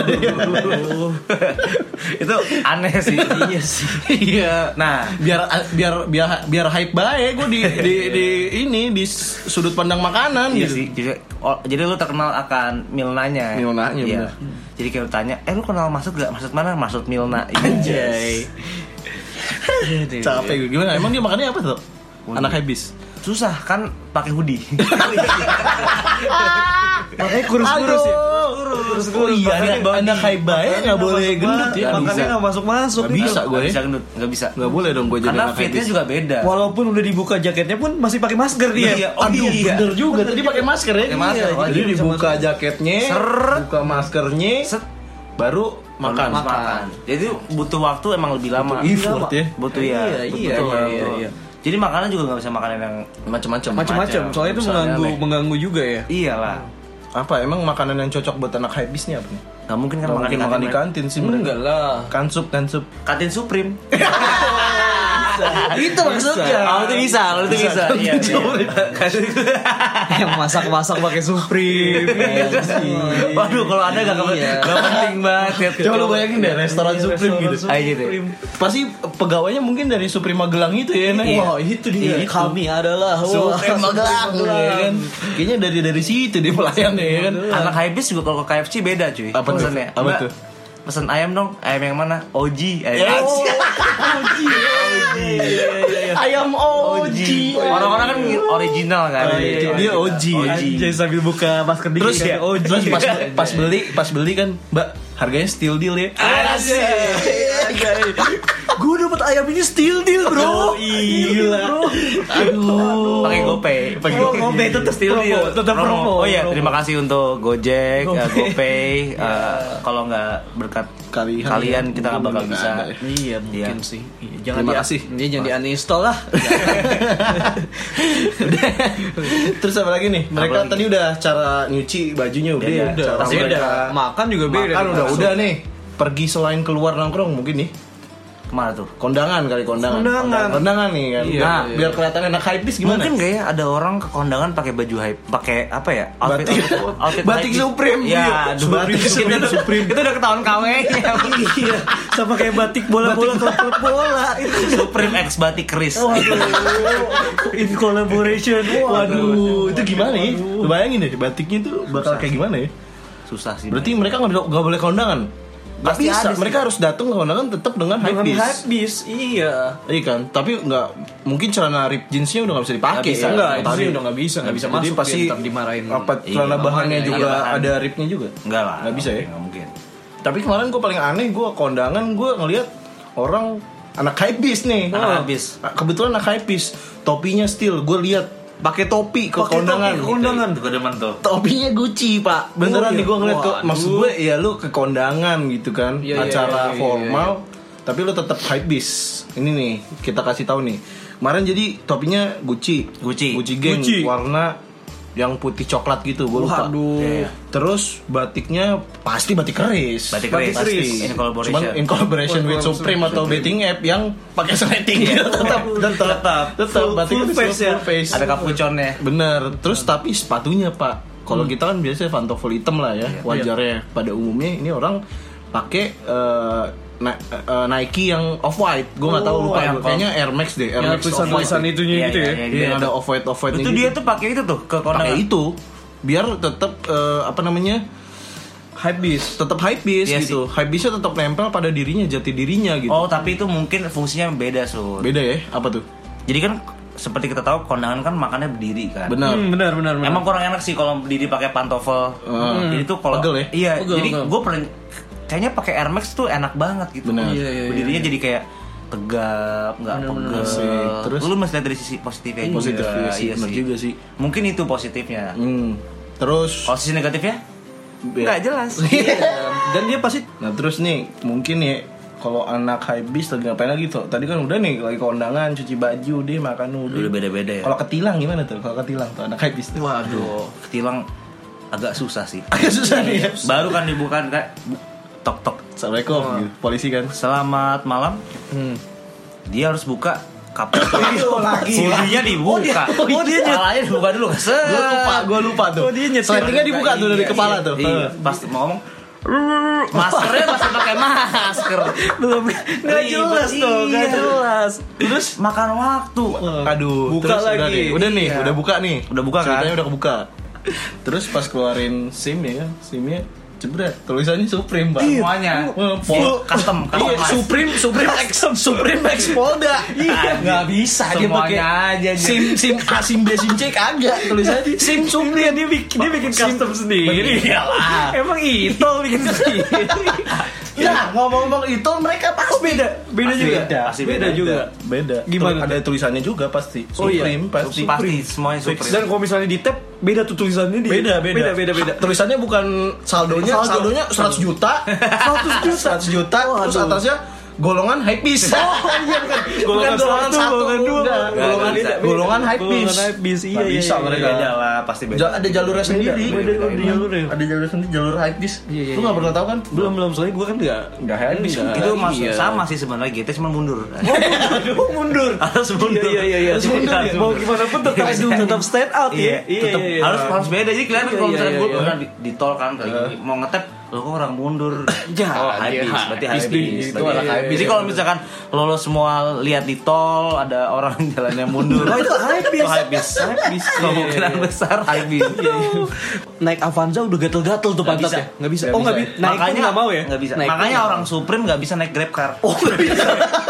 [SPEAKER 2] Itu aneh sih.
[SPEAKER 3] Iya sih.
[SPEAKER 1] Iya.
[SPEAKER 2] Nah,
[SPEAKER 1] biar biar biar biar hype baik gue di, di di ini di sudut pandang makanan
[SPEAKER 2] iya
[SPEAKER 1] gitu.
[SPEAKER 2] sih. Jadi, oh, jadi lu terkenal akan Milnanya.
[SPEAKER 1] Milnanya,
[SPEAKER 2] Iya.
[SPEAKER 1] bener.
[SPEAKER 2] Jadi kayak lu tanya, eh lu kenal Masud gak? Masud mana? Masud Milna.
[SPEAKER 1] Anjay. Capek gue. Gimana? Emang dia makannya apa tuh? Anak habis.
[SPEAKER 2] Susah kan pakai hoodie.
[SPEAKER 3] Makanya kurus-kurus ya.
[SPEAKER 1] Kurus Oh iya, anak, anak hype baik nggak boleh gendut ya.
[SPEAKER 3] Makannya nggak masuk-masuk.
[SPEAKER 1] Nggak bisa gue.
[SPEAKER 2] Nggak bisa gendut, nggak bisa.
[SPEAKER 1] Nggak boleh dong gue jadi
[SPEAKER 2] Karena
[SPEAKER 1] anak
[SPEAKER 2] fitnya
[SPEAKER 1] habis.
[SPEAKER 2] juga beda.
[SPEAKER 3] Walaupun udah dibuka jaketnya pun masih pakai masker dia.
[SPEAKER 2] Iya. Oh,
[SPEAKER 1] Aduh,
[SPEAKER 2] iya.
[SPEAKER 1] bener juga. Tadi pakai masker ya.
[SPEAKER 2] Pakai masker,
[SPEAKER 1] Iya,
[SPEAKER 2] wajib
[SPEAKER 1] jadi
[SPEAKER 2] bisa
[SPEAKER 1] dibuka jaketnya,
[SPEAKER 2] Seret.
[SPEAKER 1] buka maskernya,
[SPEAKER 2] Set.
[SPEAKER 1] baru makan.
[SPEAKER 2] Makan. makan. Jadi butuh waktu emang lebih lama.
[SPEAKER 1] Butuh effort ya.
[SPEAKER 2] Butuh ya.
[SPEAKER 3] Iya, iya,
[SPEAKER 2] Betul,
[SPEAKER 3] iya,
[SPEAKER 2] betul.
[SPEAKER 3] iya.
[SPEAKER 2] Jadi makanan juga nggak bisa makanan yang
[SPEAKER 1] Macam-macam.
[SPEAKER 3] Macam-macam. Soalnya itu
[SPEAKER 1] Misalnya
[SPEAKER 3] mengganggu
[SPEAKER 1] aneh.
[SPEAKER 3] mengganggu juga ya.
[SPEAKER 2] iyalah.
[SPEAKER 1] Apa emang makanan yang cocok buat anak hypebeast nih apa nih?
[SPEAKER 2] Nggak mungkin kan
[SPEAKER 1] Nggak
[SPEAKER 2] makan
[SPEAKER 1] mungkin makan di kantin sih
[SPEAKER 3] Enggak
[SPEAKER 1] mereka.
[SPEAKER 3] lah.
[SPEAKER 1] Kansup, kansup.
[SPEAKER 2] Kantin Supreme.
[SPEAKER 1] Itu maksudnya.
[SPEAKER 2] Oh itu bisa, oh itu bisa. Iya.
[SPEAKER 3] Yang masak-masak pakai Supreme.
[SPEAKER 2] Waduh kalau ada gak,
[SPEAKER 3] Iya.
[SPEAKER 2] gak penting banget ya.
[SPEAKER 1] Coba lu bayangin deh restoran Supreme gitu.
[SPEAKER 2] Ayo gitu.
[SPEAKER 1] Pasti pegawainya mungkin dari Supreme Magelang itu ya, Nah.
[SPEAKER 2] Iya.
[SPEAKER 1] Wah, itu dia.
[SPEAKER 3] Iya, kami adalah wah,
[SPEAKER 1] Supreme Magelang, ya kan. Kayaknya dari dari situ dia pelayannya ya kan.
[SPEAKER 2] Anak Hypebeast juga kalau ke K F C beda cuy.
[SPEAKER 1] Apa tuh?
[SPEAKER 2] Pesennya.
[SPEAKER 1] Apa
[SPEAKER 2] Mbak,
[SPEAKER 1] tuh?
[SPEAKER 2] Pesen ayam dong. Ayam yang mana? O G. Ayam
[SPEAKER 1] Ya,
[SPEAKER 2] O G.
[SPEAKER 1] Ayam O G.
[SPEAKER 2] Orang-orang kan original kan.
[SPEAKER 1] Oh, iya, dia O G.
[SPEAKER 3] Jadi sambil buka masker dikit
[SPEAKER 1] Terus
[SPEAKER 3] kayak, oh
[SPEAKER 1] terus pas pas beli pas beli kan, Mbak, harganya still deal ya.
[SPEAKER 3] gue dapet ayam ini still deal bro.
[SPEAKER 1] Gila. Aduh.
[SPEAKER 2] Pakai GoPay.
[SPEAKER 1] Pakai
[SPEAKER 3] Oh, GoPay tetap
[SPEAKER 2] Still
[SPEAKER 3] promo,
[SPEAKER 2] deal.
[SPEAKER 3] tetap promo.
[SPEAKER 2] Oh iya,
[SPEAKER 3] Promo.
[SPEAKER 2] terima kasih untuk Gojek,
[SPEAKER 3] Gopay.
[SPEAKER 2] uh, GoPay. Uh, kalau nggak berkat
[SPEAKER 1] Kalian,
[SPEAKER 2] kalian kita nggak bakal
[SPEAKER 1] mungkin
[SPEAKER 2] bisa.
[SPEAKER 1] nggak ada.
[SPEAKER 3] Iya mungkin
[SPEAKER 2] Iya.
[SPEAKER 3] sih. Iya, jangan
[SPEAKER 1] Terima
[SPEAKER 3] di-
[SPEAKER 1] kasih.
[SPEAKER 3] Dia jangan di uninstall lah.
[SPEAKER 1] Terus apa lagi nih? Mereka
[SPEAKER 2] Apa lagi?
[SPEAKER 1] tadi udah cara nyuci bajunya udah.
[SPEAKER 2] Iya,
[SPEAKER 3] udah,
[SPEAKER 1] Cara
[SPEAKER 3] pasti
[SPEAKER 1] mereka
[SPEAKER 3] udah. Makan juga beda.
[SPEAKER 1] Makan udah
[SPEAKER 3] Langsung.
[SPEAKER 1] udah nih. Pergi selain keluar nongkrong mungkin nih.
[SPEAKER 2] Kemana tuh?
[SPEAKER 1] Kondangan kali kondangan.
[SPEAKER 3] Kondangan.
[SPEAKER 1] Kondangan nih kan.
[SPEAKER 3] Iya,
[SPEAKER 1] Nah,
[SPEAKER 3] iya.
[SPEAKER 1] biar kelihatan enak hypebeast gimana?
[SPEAKER 2] Mungkin gak ya ada orang ke kondangan pakai baju hype, pakai apa ya?
[SPEAKER 1] Batik.
[SPEAKER 2] outfit
[SPEAKER 1] Batik
[SPEAKER 2] hypebeast.
[SPEAKER 1] Supreme.
[SPEAKER 2] Iya,
[SPEAKER 1] Iya.
[SPEAKER 2] aduh,
[SPEAKER 1] Batik
[SPEAKER 2] batik
[SPEAKER 1] Supreme.
[SPEAKER 2] Supreme. Itu udah ketahuan K W nya.
[SPEAKER 3] Iya, sama kayak batik bola-bola klub bola itu.
[SPEAKER 2] Supreme X batik keris.
[SPEAKER 3] In collaboration.
[SPEAKER 1] Waduh, itu gimana ya? Lu bayangin deh, batiknya tuh bakal kayak gimana ya?
[SPEAKER 2] Susah sih.
[SPEAKER 1] Berarti mereka nggak bisa- nggak boleh kondangan. Nggak
[SPEAKER 2] Pasti
[SPEAKER 1] bisa,
[SPEAKER 2] ada sih.
[SPEAKER 1] mereka harus datang ke kondangan tetap dengan
[SPEAKER 3] Dengan
[SPEAKER 1] hypebeast.
[SPEAKER 3] habis, iya.
[SPEAKER 1] Iya kan, tapi nggak mungkin celana rip jeansnya udah nggak bisa dipakai.
[SPEAKER 2] Nggak bisa,
[SPEAKER 1] ya.
[SPEAKER 3] Enggak, itu
[SPEAKER 1] Tapi-
[SPEAKER 3] sih udah nggak bisa, nggak bisa
[SPEAKER 1] Jadi
[SPEAKER 3] masuk.
[SPEAKER 1] pasti
[SPEAKER 3] dia ntar dimarahin.
[SPEAKER 1] apa
[SPEAKER 2] Iya,
[SPEAKER 1] celana bahannya
[SPEAKER 2] iya,
[SPEAKER 1] juga
[SPEAKER 2] bahan.
[SPEAKER 1] ada ripnya juga.
[SPEAKER 2] Enggak lah.
[SPEAKER 1] Nggak bisa ya.
[SPEAKER 2] Nggak mungkin.
[SPEAKER 1] Tapi kemarin gue paling aneh, gue kondangan gue ngelihat orang anak hypebeast nih.
[SPEAKER 2] Anak
[SPEAKER 1] Oh.
[SPEAKER 2] hypebeast.
[SPEAKER 1] Kebetulan anak hypebeast, topinya still gue lihat pakai topi ke
[SPEAKER 3] Pakai
[SPEAKER 1] kondangan.
[SPEAKER 3] topi ke kondangan.
[SPEAKER 2] Itu demen tuh.
[SPEAKER 1] Topinya Gucci pak, beneran
[SPEAKER 3] Oh,
[SPEAKER 1] nih
[SPEAKER 3] iya.
[SPEAKER 1] gue ngeliat tuh.
[SPEAKER 3] Waduh.
[SPEAKER 1] Maksud gue ya lu ke kondangan gitu kan,
[SPEAKER 3] Iya, iya,
[SPEAKER 1] acara
[SPEAKER 3] iya, iya,
[SPEAKER 1] formal, tapi lu tetap hypebeast. Ini nih kita kasih tahu nih. Kemarin jadi topinya Gucci,
[SPEAKER 2] Gucci.
[SPEAKER 1] Gucci geng,
[SPEAKER 3] Gucci.
[SPEAKER 1] warna yang putih coklat gitu, gue lupa.
[SPEAKER 3] Waduh.
[SPEAKER 2] Iya.
[SPEAKER 1] Terus batiknya pasti batik keris.
[SPEAKER 2] Batik keris.
[SPEAKER 1] Pasti.
[SPEAKER 2] In collaboration.
[SPEAKER 1] Cuman in collaboration with Supreme atau betting app yang pakai sleting gitu. tetap tetap tetap
[SPEAKER 3] Full-
[SPEAKER 1] batik
[SPEAKER 3] full
[SPEAKER 1] keris,
[SPEAKER 3] face ya.
[SPEAKER 1] full face.
[SPEAKER 2] Ada kapuconnya.
[SPEAKER 1] Bener. Terus tapi sepatunya Pak. Kalau kita kan biasanya pantofel hitam lah ya, wajarnya. Pada umumnya ini orang pakai eh, na- eh, Nike yang off white. Gue nggak tahu
[SPEAKER 3] Oh,
[SPEAKER 1] lupa.
[SPEAKER 2] yang
[SPEAKER 1] Kayaknya Air Max deh. Air
[SPEAKER 3] Yang
[SPEAKER 1] Max
[SPEAKER 3] tulisan-tulisan
[SPEAKER 1] off-white.
[SPEAKER 3] itunya
[SPEAKER 2] Iya,
[SPEAKER 3] gitu
[SPEAKER 2] iya,
[SPEAKER 3] ya.
[SPEAKER 2] iya.
[SPEAKER 1] Iya, yang ada off white off white
[SPEAKER 2] Itu dia tuh pakai itu tuh ke
[SPEAKER 1] pakai
[SPEAKER 2] kondangan.
[SPEAKER 1] itu biar tetap eh, apa namanya?
[SPEAKER 3] Habis.
[SPEAKER 1] Tetap hypebeast
[SPEAKER 2] Iya
[SPEAKER 1] gitu. Hypebeastnya tetap nempel pada dirinya, jati dirinya gitu.
[SPEAKER 2] Oh, tapi itu mungkin fungsinya beda, Sur.
[SPEAKER 1] Beda ya? Apa tuh?
[SPEAKER 2] Jadi kan seperti kita tahu kondangan kan makannya berdiri kan.
[SPEAKER 1] Benar.
[SPEAKER 3] Hmm, benar benar benar.
[SPEAKER 2] Emang kurang enak sih kalau berdiri pakai pantofel.
[SPEAKER 1] Hmm.
[SPEAKER 2] Jadi tuh kalau
[SPEAKER 1] Pegel ya?
[SPEAKER 2] Iya,
[SPEAKER 3] Pegel,
[SPEAKER 2] jadi
[SPEAKER 3] pegel.
[SPEAKER 2] gue pernah kayaknya pakai Air Max tuh enak banget gitu.
[SPEAKER 1] Benar.
[SPEAKER 3] Iya, iya,
[SPEAKER 2] Berdirinya jadi kayak tegap, nggak pegel.
[SPEAKER 1] Asik. Terus?
[SPEAKER 2] lu mesti lihat dari sisi positifnya juga.
[SPEAKER 1] Positif ya sih,
[SPEAKER 2] Iya
[SPEAKER 1] benar
[SPEAKER 2] sih.
[SPEAKER 1] juga sih.
[SPEAKER 2] Mungkin itu positifnya.
[SPEAKER 1] Hmm. Terus
[SPEAKER 2] Kalau sisi negatifnya?
[SPEAKER 1] ya.
[SPEAKER 2] Nggak jelas.
[SPEAKER 3] Iya. Dan dia pasti
[SPEAKER 1] Nah terus nih mungkin ya kalau anak hypebeast lagi ngapain lagi tuh? Tadi kan udah nih lagi kondangan, cuci baju deh, makan udah.
[SPEAKER 2] Udah beda-beda ya.
[SPEAKER 1] Kalau ketilang gimana tuh? Kalau ketilang tuh anak hypebeast tuh.
[SPEAKER 2] Waduh, ketilang agak susah sih.
[SPEAKER 1] Agak susah nih ya.
[SPEAKER 2] Baru kan dibuka kayak bu- tok tok.
[SPEAKER 1] Assalamualaikum, gitu. Polisi kan.
[SPEAKER 2] Selamat malam.
[SPEAKER 3] hmm.
[SPEAKER 2] Dia harus buka kapal.
[SPEAKER 1] Oh, lagi.
[SPEAKER 2] Hoodie-nya dibuka.
[SPEAKER 1] Oh, dia nyet-
[SPEAKER 2] Kepalanya dibuka dulu. Set.
[SPEAKER 1] Gue lupa, gue lupa tuh.
[SPEAKER 3] Oh, dia nyetir.
[SPEAKER 1] Sletingnya dibuka tuh dari
[SPEAKER 2] Iya,
[SPEAKER 1] kepala
[SPEAKER 2] iya,
[SPEAKER 1] tuh.
[SPEAKER 2] Iya. Pas mau ngomong maskernya masih pakai masker.
[SPEAKER 3] belum nggak
[SPEAKER 2] Ribet,
[SPEAKER 3] jelas tuh, nggak
[SPEAKER 2] iya.
[SPEAKER 3] jelas.
[SPEAKER 2] Terus makan waktu.
[SPEAKER 1] Aduh,
[SPEAKER 3] Buka
[SPEAKER 1] terus udah
[SPEAKER 3] lagi.
[SPEAKER 1] nih, udah nih,
[SPEAKER 3] Iya.
[SPEAKER 1] udah buka nih.
[SPEAKER 2] Udah buka kan?
[SPEAKER 1] Ceritanya udah kebuka. Terus pas keluarin SIM ya kan, SIMnya jebret, tulisannya Supreme Pak.
[SPEAKER 2] Semuanya.
[SPEAKER 1] Wah,
[SPEAKER 2] Full custom, custom.
[SPEAKER 1] Iya, Supreme, Supreme X, Supreme X Polda. Iya, nggak bisa dia pakai
[SPEAKER 2] Semuanya aja.
[SPEAKER 1] SIM, SIM A, SIM B, SIM C kagak. Tulisannya SIM Supreme.
[SPEAKER 3] Dia bikin dia bikin custom sendiri.
[SPEAKER 1] Iyalah.
[SPEAKER 3] Emang itu bikin sendiri.
[SPEAKER 1] Ya, ngomong-ngomong itu mereka pasti
[SPEAKER 3] beda, beda
[SPEAKER 2] Pasti
[SPEAKER 3] juga.
[SPEAKER 2] beda, pasti
[SPEAKER 3] beda
[SPEAKER 2] beda.
[SPEAKER 3] juga.
[SPEAKER 1] Beda.
[SPEAKER 3] Gimana
[SPEAKER 1] Ada tulisannya juga pasti.
[SPEAKER 3] Oh, iya.
[SPEAKER 1] Supreme pasti.
[SPEAKER 2] Pasti semuanya Supreme.
[SPEAKER 3] Dan kalau misalnya di tab beda tuh tulisannya di
[SPEAKER 1] Beda, beda.
[SPEAKER 3] beda beda, beda.
[SPEAKER 1] Tulisannya bukan saldonya,
[SPEAKER 3] Saldo.
[SPEAKER 1] saldonya seratus juta.
[SPEAKER 3] seratus juta.
[SPEAKER 1] seratus juta. Terus
[SPEAKER 3] Waduh.
[SPEAKER 1] atasnya golongan hypebeast. Oh iya bukan. Bukan golongan satu, golongan dua. Golongan golongan hypebeast.
[SPEAKER 3] Iya iya.
[SPEAKER 1] Bisa mereka.
[SPEAKER 2] Beda lah, pasti beda.
[SPEAKER 1] Ada jalurnya sendiri.
[SPEAKER 3] Beda ada jalurnya.
[SPEAKER 1] Ada jalur sendiri, jalur hypebeast.
[SPEAKER 3] Iya, iya,
[SPEAKER 1] Lu enggak pernah tahu kan?
[SPEAKER 3] Belum belum soalnya gue kan enggak
[SPEAKER 1] Enggak hypebeast.
[SPEAKER 2] Itu masuk
[SPEAKER 3] Iya.
[SPEAKER 2] sama sih sebenarnya G T cuma mundur.
[SPEAKER 3] Oh, mundur.
[SPEAKER 2] Harus mundur.
[SPEAKER 3] Iya iya iya.
[SPEAKER 2] Harus mundur.
[SPEAKER 3] Iya, mau gimana pun tetap tetap stand out ya.
[SPEAKER 2] Iya, tetap
[SPEAKER 3] iya.
[SPEAKER 2] harus harus beda. Jadi kelihatan
[SPEAKER 3] Iya,
[SPEAKER 2] kalau
[SPEAKER 3] iya,
[SPEAKER 2] misalnya
[SPEAKER 3] iya,
[SPEAKER 2] gue
[SPEAKER 3] iya.
[SPEAKER 2] pernah di, di tol kan lagi mau ngetep, lo kok orang mundur.
[SPEAKER 3] Ya,
[SPEAKER 2] Oh,
[SPEAKER 3] iya,
[SPEAKER 2] hypebeast, berarti
[SPEAKER 3] hypebeast
[SPEAKER 2] hypebeast.
[SPEAKER 3] itu
[SPEAKER 2] Berarti
[SPEAKER 3] anak hypebeast.
[SPEAKER 2] Jadi kalau misalkan lo lo semua lihat di tol ada orang jalannya mundur.
[SPEAKER 3] Oh, itu hypebeast.
[SPEAKER 2] Oh, hypebeast.
[SPEAKER 3] Hypebeast.
[SPEAKER 2] Kemungkinan
[SPEAKER 3] Iya, iya.
[SPEAKER 2] besar hypebeast.
[SPEAKER 3] Naik Avanza udah gatel-gatel tuh
[SPEAKER 2] Nggak
[SPEAKER 3] pantatnya.
[SPEAKER 2] bisa.
[SPEAKER 3] Nggak bisa.
[SPEAKER 1] Nggak
[SPEAKER 3] Oh nggak
[SPEAKER 1] bisa.
[SPEAKER 3] bisa. Naik pun nggak mau ya.
[SPEAKER 2] Nggak bisa.
[SPEAKER 3] Naik pun
[SPEAKER 2] Makanya
[SPEAKER 3] nggak
[SPEAKER 2] orang
[SPEAKER 3] mau.
[SPEAKER 2] Supreme nggak bisa naik Grab car.
[SPEAKER 3] Oh nggak bisa.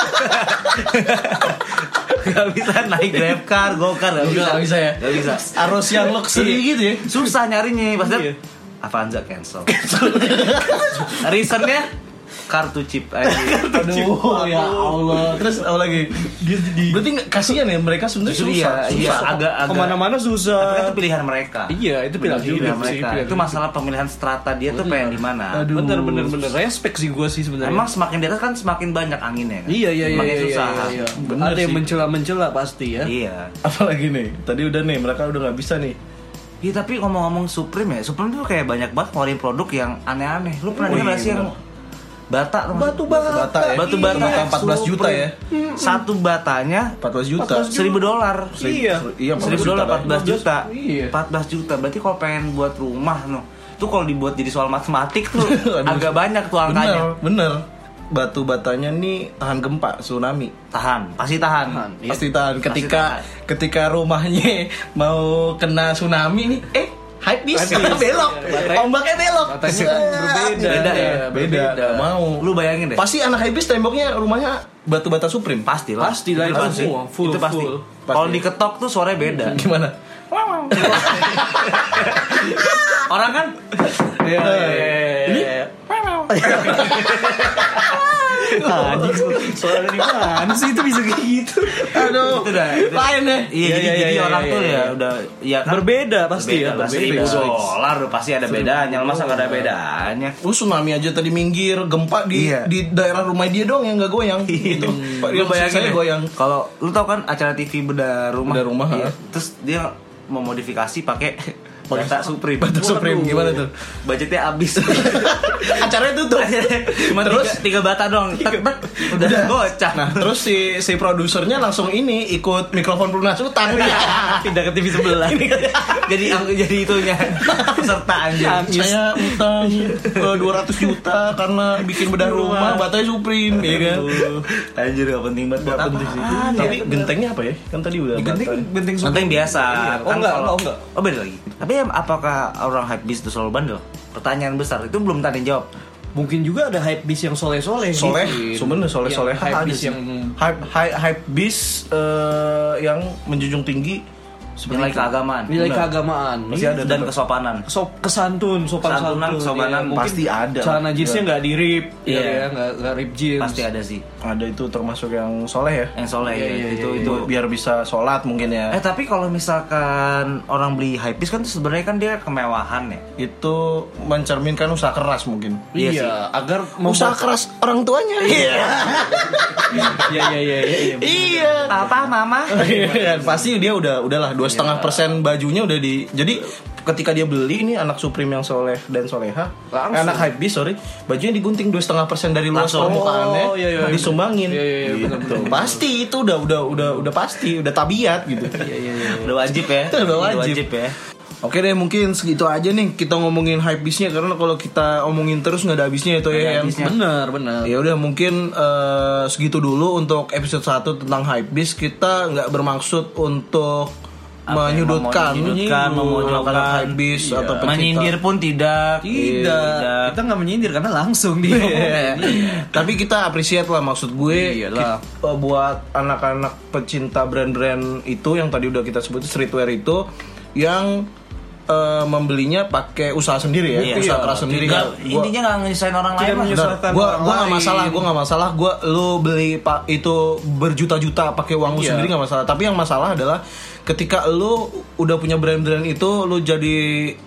[SPEAKER 2] Nggak bisa naik Grab car, Go-car nggak bisa.
[SPEAKER 1] Nggak bisa ya?
[SPEAKER 2] Nggak bisa.
[SPEAKER 1] Harus yang luxury
[SPEAKER 2] Iya.
[SPEAKER 1] gitu ya.
[SPEAKER 2] Susah nyarinya pas
[SPEAKER 3] Iya.
[SPEAKER 2] liat Avanza cancel. Reasonnya kartu chip aja.
[SPEAKER 1] Aduh, ya Allah. Terus apa lagi? Berarti nggak kasihan ya mereka sebenarnya
[SPEAKER 2] Justru
[SPEAKER 1] susah.
[SPEAKER 2] iya, iya,
[SPEAKER 1] susah.
[SPEAKER 2] agak agak.
[SPEAKER 3] Kemana-mana
[SPEAKER 2] Tapi kan
[SPEAKER 3] susah.
[SPEAKER 2] itu pilihan mereka.
[SPEAKER 3] Iya itu pilihan
[SPEAKER 2] Itu pilihan
[SPEAKER 3] hidup sih,
[SPEAKER 2] mereka.
[SPEAKER 3] pilihan
[SPEAKER 2] Itu masalah pemilihan strata dia tuh pengen di mana.
[SPEAKER 1] Aduh.
[SPEAKER 3] Bener bener bener respect sih gue sih sebenarnya.
[SPEAKER 2] Emang semakin di atas kan semakin banyak anginnya. Kan?
[SPEAKER 3] Iya iya iya.
[SPEAKER 2] Semakin
[SPEAKER 3] iya,
[SPEAKER 2] susah.
[SPEAKER 3] iya, iya.
[SPEAKER 1] Bener
[SPEAKER 3] Ada yang
[SPEAKER 1] sih.
[SPEAKER 3] mencela-mencela pasti ya.
[SPEAKER 2] Iya.
[SPEAKER 1] Apalagi nih? Tadi udah nih mereka udah nggak bisa nih.
[SPEAKER 2] Iya tapi ngomong-ngomong Supreme ya, Supreme tuh kayak banyak banget ngeluarin produk yang aneh-aneh. Lu pernah
[SPEAKER 1] Oh,
[SPEAKER 2] dengar nggak
[SPEAKER 1] iya,
[SPEAKER 2] sih yang bata? Batu bata.
[SPEAKER 1] Bata ya?
[SPEAKER 2] Batu bata.
[SPEAKER 1] Bata empat belas juta ya?
[SPEAKER 2] Satu batanya
[SPEAKER 1] empat belas juta.
[SPEAKER 2] seribu dolar.
[SPEAKER 3] Iya.
[SPEAKER 1] Iya,
[SPEAKER 2] Seribu dolar empat belas juta.
[SPEAKER 3] Iya.
[SPEAKER 2] empat belas juta. Berarti kalau pengen buat rumah no, tuh kalau dibuat jadi soal matematik tuh
[SPEAKER 1] Aduh.
[SPEAKER 2] agak banyak tuh
[SPEAKER 1] Bener,
[SPEAKER 2] angkanya.
[SPEAKER 1] bener. Batu batanya nih tahan gempa, tsunami.
[SPEAKER 2] Tahan, pasti tahan.
[SPEAKER 3] Tahan. Iya.
[SPEAKER 1] Pasti tahan. Ketika
[SPEAKER 2] tahan.
[SPEAKER 1] ketika rumahnya mau kena tsunami nih, eh hypebeast
[SPEAKER 3] Hypebeast.
[SPEAKER 1] karena belok.
[SPEAKER 3] Batai-
[SPEAKER 1] Ombaknya belok.
[SPEAKER 3] Batanya kan berbeda.
[SPEAKER 2] Beda ya?
[SPEAKER 1] Beda,
[SPEAKER 3] Berbeda.
[SPEAKER 1] nggak mau.
[SPEAKER 2] Lu bayangin deh.
[SPEAKER 1] Pasti anak hypebeast temboknya rumahnya batu bata Supreme.
[SPEAKER 2] Pasti lah.
[SPEAKER 3] Pasti lah,
[SPEAKER 2] itu
[SPEAKER 3] itu
[SPEAKER 2] pasti.
[SPEAKER 3] semua. Full,
[SPEAKER 2] itu pasti.
[SPEAKER 3] full.
[SPEAKER 2] Kalau diketok tuh suaranya beda.
[SPEAKER 1] Gimana?
[SPEAKER 2] Orang kan
[SPEAKER 3] Iya iya iya. Anjing suara di mana sih itu bisa kayak gitu.
[SPEAKER 1] Aduh.
[SPEAKER 2] itu dah. itu-
[SPEAKER 1] Lain ya.
[SPEAKER 2] Iya,
[SPEAKER 3] Iya,
[SPEAKER 2] jadi,
[SPEAKER 3] iya,
[SPEAKER 2] jadi
[SPEAKER 3] iya,
[SPEAKER 2] orang
[SPEAKER 3] iya,
[SPEAKER 2] tuh
[SPEAKER 3] iya.
[SPEAKER 2] ya udah ya kan
[SPEAKER 3] Berbeda pasti ya,
[SPEAKER 2] berbeda.
[SPEAKER 3] berbeda.
[SPEAKER 2] Seribu dolar udah pasti ada bedanya. Masa nggak ada bedanya?
[SPEAKER 1] Oh, tsunami aja tadi minggir, gempa di
[SPEAKER 2] Iya.
[SPEAKER 1] di daerah rumah dia dong yang nggak goyang. Gitu. Pak,
[SPEAKER 2] Lu
[SPEAKER 1] yang
[SPEAKER 2] bayangin
[SPEAKER 1] saya
[SPEAKER 2] deh,
[SPEAKER 1] goyang.
[SPEAKER 2] kalau lu tau kan acara T V bedah rumah,
[SPEAKER 1] Bedah rumah,
[SPEAKER 2] iya.
[SPEAKER 1] ha?
[SPEAKER 2] Terus dia memodifikasi pakai bata Supreme.
[SPEAKER 1] Bata Supreme gimana tuh?
[SPEAKER 2] Budgetnya habis.
[SPEAKER 1] Acaranya tutup.
[SPEAKER 2] Cuma
[SPEAKER 1] Terus?
[SPEAKER 2] tiga, tiga bata dong. Tek, tek, udah gocah.
[SPEAKER 1] Nah, terus si si produsernya langsung ini ikut mikrofon pelunas utang.
[SPEAKER 3] Pindah ke T V sebelah.
[SPEAKER 2] jadi jadi itunya peserta aja.
[SPEAKER 1] Saya utang eh, dua ratus juta karena bikin bedah rumah, batanya Supreme, ya kan?
[SPEAKER 2] Anjir gak penting banget buat apa sih?
[SPEAKER 1] Tapi gentengnya apa ya? Kan tadi udah
[SPEAKER 3] Genting
[SPEAKER 1] bata.
[SPEAKER 3] genting
[SPEAKER 2] Nanti yang biasa.
[SPEAKER 3] Oh,
[SPEAKER 2] Kan
[SPEAKER 3] enggak,
[SPEAKER 2] kalau-
[SPEAKER 3] oh, enggak.
[SPEAKER 2] Oh beda lagi. Tapi ya, apakah orang hypebeast itu selalu bandel? Pertanyaan besar itu belum tadi jawab.
[SPEAKER 3] Mungkin juga ada hype beast yang soleh-soleh.
[SPEAKER 1] Soleh,
[SPEAKER 3] gitu.
[SPEAKER 1] sebenarnya soleh soleh
[SPEAKER 3] Yang hype
[SPEAKER 1] ada
[SPEAKER 3] beast
[SPEAKER 1] sih.
[SPEAKER 3] yang
[SPEAKER 1] hype hype hype beast eh, yang menjunjung tinggi
[SPEAKER 2] Nilai
[SPEAKER 1] itu.
[SPEAKER 2] keagamaan.
[SPEAKER 3] nilai
[SPEAKER 1] Benar.
[SPEAKER 3] keagamaan.
[SPEAKER 1] Masih
[SPEAKER 3] Iya.
[SPEAKER 1] ada
[SPEAKER 2] dan
[SPEAKER 1] tuh.
[SPEAKER 2] kesopanan.
[SPEAKER 3] Sop kesantun, sopan
[SPEAKER 2] Kesantunan,
[SPEAKER 3] santun.
[SPEAKER 2] kesopanan
[SPEAKER 3] Iya, mungkin
[SPEAKER 1] pasti ada.
[SPEAKER 3] Celana jeansnya nggak di rip,
[SPEAKER 2] Iya.
[SPEAKER 3] ya, nggak nggak rip jeans.
[SPEAKER 2] Pasti ada sih.
[SPEAKER 1] Ada itu termasuk yang soleh ya.
[SPEAKER 2] Yang soleh
[SPEAKER 3] Iya,
[SPEAKER 2] ya.
[SPEAKER 3] iya,
[SPEAKER 2] itu
[SPEAKER 3] iya,
[SPEAKER 2] itu.
[SPEAKER 1] Biar bisa sholat mungkin ya.
[SPEAKER 2] Eh tapi kalau misalkan orang beli hypebeast kan sebenarnya kan dia kemewahan ya.
[SPEAKER 1] Itu mencerminkan usaha keras mungkin.
[SPEAKER 2] Iya
[SPEAKER 3] Iya,
[SPEAKER 2] sih.
[SPEAKER 3] agar
[SPEAKER 1] Usaha keras orang tuanya. Iya.
[SPEAKER 3] Iya iya iya iya. iya.
[SPEAKER 1] Iya.
[SPEAKER 2] Papa, mama.
[SPEAKER 1] Iya, pasti dia udah udahlah dua setengah persen bajunya udah di. Jadi ketika dia beli ini anak Supreme yang soleh dan soleha,
[SPEAKER 3] Langsung.
[SPEAKER 1] anak hypebeast sorry, bajunya digunting dua setengah persen dari luas
[SPEAKER 2] Langsung.
[SPEAKER 1] permukaannya,
[SPEAKER 3] Oh, iya, iya.
[SPEAKER 1] disumbangin.
[SPEAKER 3] Iya, iya, iya,
[SPEAKER 1] Gitu.
[SPEAKER 3] benar, benar.
[SPEAKER 1] Pasti itu udah udah udah udah pasti udah tabiat gitu.
[SPEAKER 3] Iya iya iya.
[SPEAKER 2] Udah wajib ya.
[SPEAKER 1] Udah wajib.
[SPEAKER 2] ya.
[SPEAKER 1] Oke deh, mungkin segitu aja nih kita ngomongin hypebeastnya karena kalau kita omongin terus nggak ada habisnya itu
[SPEAKER 2] Nggak ada
[SPEAKER 1] ya. Yan.
[SPEAKER 2] habisnya.
[SPEAKER 3] Benar benar.
[SPEAKER 1] Ya udah mungkin eh, segitu dulu untuk episode satu tentang hypebeast. Kita nggak bermaksud untuk
[SPEAKER 2] Apa yang
[SPEAKER 1] menyudutkan,
[SPEAKER 2] menyudutkan, memojokkan,
[SPEAKER 1] anak hypebeast
[SPEAKER 3] iya.
[SPEAKER 1] atau pecinta.
[SPEAKER 2] Menyindir pun tidak.
[SPEAKER 3] Tidak. Kita nggak menyindir karena langsung dia.
[SPEAKER 1] Iya. Tapi kita appreciate lah, maksud gue
[SPEAKER 3] Iyalah.
[SPEAKER 1] kita, eh, buat anak-anak pecinta brand-brand itu yang tadi udah kita sebut streetwear itu yang uh, membelinya pakai usaha sendiri ya,
[SPEAKER 2] Iya,
[SPEAKER 1] usaha
[SPEAKER 2] iya.
[SPEAKER 1] keras sendiri
[SPEAKER 2] Nggak,
[SPEAKER 1] kan. Gua-
[SPEAKER 2] intinya nggak ngenyusahin orang lain
[SPEAKER 3] Tidak
[SPEAKER 2] lah.
[SPEAKER 3] menyusahkan.
[SPEAKER 1] Benar. Gua
[SPEAKER 3] orang
[SPEAKER 1] gua nggak
[SPEAKER 3] lain.
[SPEAKER 1] masalah, gua nggak masalah. Gua lu beli pak itu berjuta-juta pakai uang lu
[SPEAKER 3] Iya.
[SPEAKER 1] sendiri nggak masalah. Tapi yang masalah adalah ketika lu udah punya brand-brand itu, lu jadi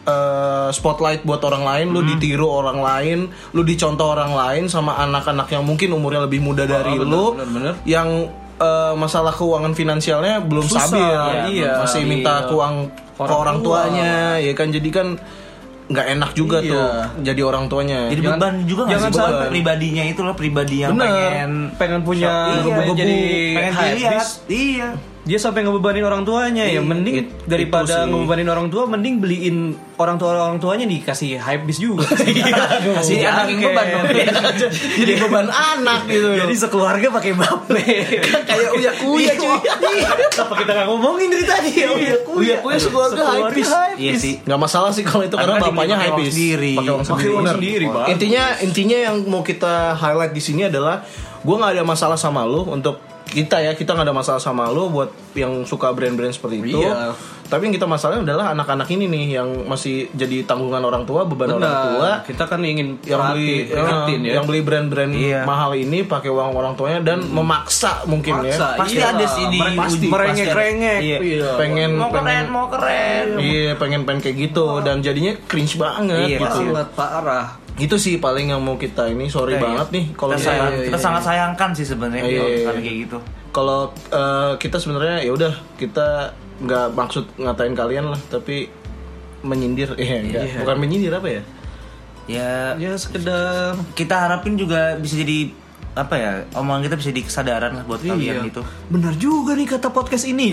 [SPEAKER 1] uh, spotlight buat orang lain, lu ditiru orang lain, lu dicontoh orang lain sama anak-anak yang mungkin umurnya lebih muda dari
[SPEAKER 3] bener,
[SPEAKER 1] lu,
[SPEAKER 3] bener, bener.
[SPEAKER 1] yang uh, masalah keuangan finansialnya belum
[SPEAKER 3] Susah,
[SPEAKER 1] stabil,
[SPEAKER 3] iya.
[SPEAKER 1] masih
[SPEAKER 3] Iya.
[SPEAKER 1] minta keuang ke
[SPEAKER 3] Orang
[SPEAKER 1] orang
[SPEAKER 3] tua.
[SPEAKER 1] tuanya, ya kan jadi kan nggak enak juga
[SPEAKER 3] Iya.
[SPEAKER 1] tuh jadi orang tuanya.
[SPEAKER 2] Jadi
[SPEAKER 3] Jangan-
[SPEAKER 2] beban juga nggak
[SPEAKER 3] jangan
[SPEAKER 2] sih buat
[SPEAKER 1] sampai-
[SPEAKER 2] pribadinya itu loh, pribadi yang
[SPEAKER 1] Bener.
[SPEAKER 2] pengen
[SPEAKER 3] pengen punya
[SPEAKER 2] Iya,
[SPEAKER 3] pengen jadi
[SPEAKER 2] pengen
[SPEAKER 3] hype
[SPEAKER 2] dilihat.
[SPEAKER 3] beast.
[SPEAKER 2] Iya.
[SPEAKER 3] Dia sampai ngebebanin orang tuanya ya, mending
[SPEAKER 1] It-
[SPEAKER 3] daripada
[SPEAKER 1] itu sih.
[SPEAKER 3] ngebebanin orang tua, mending beliin orang tua orang tuanya dikasih hype bis juga.
[SPEAKER 2] Kasih anak yang beban dong.
[SPEAKER 1] Jadi beban anak gitu.
[SPEAKER 3] Jadi sekeluarga pakai bape.
[SPEAKER 1] Kayak uya kuya cuy.
[SPEAKER 3] Kenapa kita nggak ngomongin dari tadi? Ya,
[SPEAKER 1] Uya kuya sekeluarga hypebeast.
[SPEAKER 2] Iya sih.
[SPEAKER 1] Nggak masalah sih kalau itu karena
[SPEAKER 2] Karena
[SPEAKER 1] bapaknya
[SPEAKER 2] dibeli pakai uang
[SPEAKER 1] hypebeast.
[SPEAKER 2] sendiri.
[SPEAKER 1] Pakai uang
[SPEAKER 3] Pakai
[SPEAKER 1] sendiri.
[SPEAKER 3] uang
[SPEAKER 1] Bener.
[SPEAKER 3] sendiri, Bang.
[SPEAKER 1] Intinya intinya yang mau kita highlight di sini adalah gue nggak ada masalah sama lu untuk kita ya, kita nggak ada masalah sama lu buat yang suka brand-brand seperti itu.
[SPEAKER 3] Iya.
[SPEAKER 1] Tapi yang kita masalahnya adalah anak-anak ini nih yang masih jadi tanggungan orang tua, beban orang tua.
[SPEAKER 3] Kita kan ingin
[SPEAKER 1] Yang beli
[SPEAKER 3] perhatiin, peringatin
[SPEAKER 1] ya,
[SPEAKER 3] ya.
[SPEAKER 1] yang beli brand-brand
[SPEAKER 2] Iya.
[SPEAKER 1] mahal ini pakai uang orang tuanya dan memaksa mungkin
[SPEAKER 3] Maksa,
[SPEAKER 1] ya.
[SPEAKER 2] Pasti
[SPEAKER 3] iya.
[SPEAKER 2] ada sih di
[SPEAKER 3] Mere-
[SPEAKER 2] pasti,
[SPEAKER 3] merengek-rengek.
[SPEAKER 2] Iya.
[SPEAKER 3] Iya.
[SPEAKER 1] Pengen
[SPEAKER 2] Mau keren,
[SPEAKER 1] pengen
[SPEAKER 2] mau keren.
[SPEAKER 1] Iya, pengen-pengen kayak gitu dan jadinya cringe banget
[SPEAKER 2] Iya,
[SPEAKER 1] gitu.
[SPEAKER 3] Sangat parah.
[SPEAKER 1] Itu sih paling yang mau kita ini, sorry
[SPEAKER 2] Iya,
[SPEAKER 1] banget
[SPEAKER 2] iya.
[SPEAKER 1] nih kalau
[SPEAKER 2] kita,
[SPEAKER 1] misalnya-
[SPEAKER 2] sangat, kita sangat sayangkan sih sebenarnya
[SPEAKER 1] Iya,
[SPEAKER 2] kalau
[SPEAKER 1] iya,
[SPEAKER 2] misalnya
[SPEAKER 1] iya.
[SPEAKER 2] kayak gitu.
[SPEAKER 1] kalau eh, kita sebenarnya ya udah kita nggak maksud ngatain kalian lah, tapi menyindir eh enggak,
[SPEAKER 3] Iya.
[SPEAKER 1] bukan menyindir apa ya?
[SPEAKER 2] Ya
[SPEAKER 3] Ya sekedar
[SPEAKER 2] kita harapin juga bisa jadi apa ya, omongan kita bisa jadi kesadaran lah buat kalian gitu.
[SPEAKER 3] Benar juga nih kata podcast ini.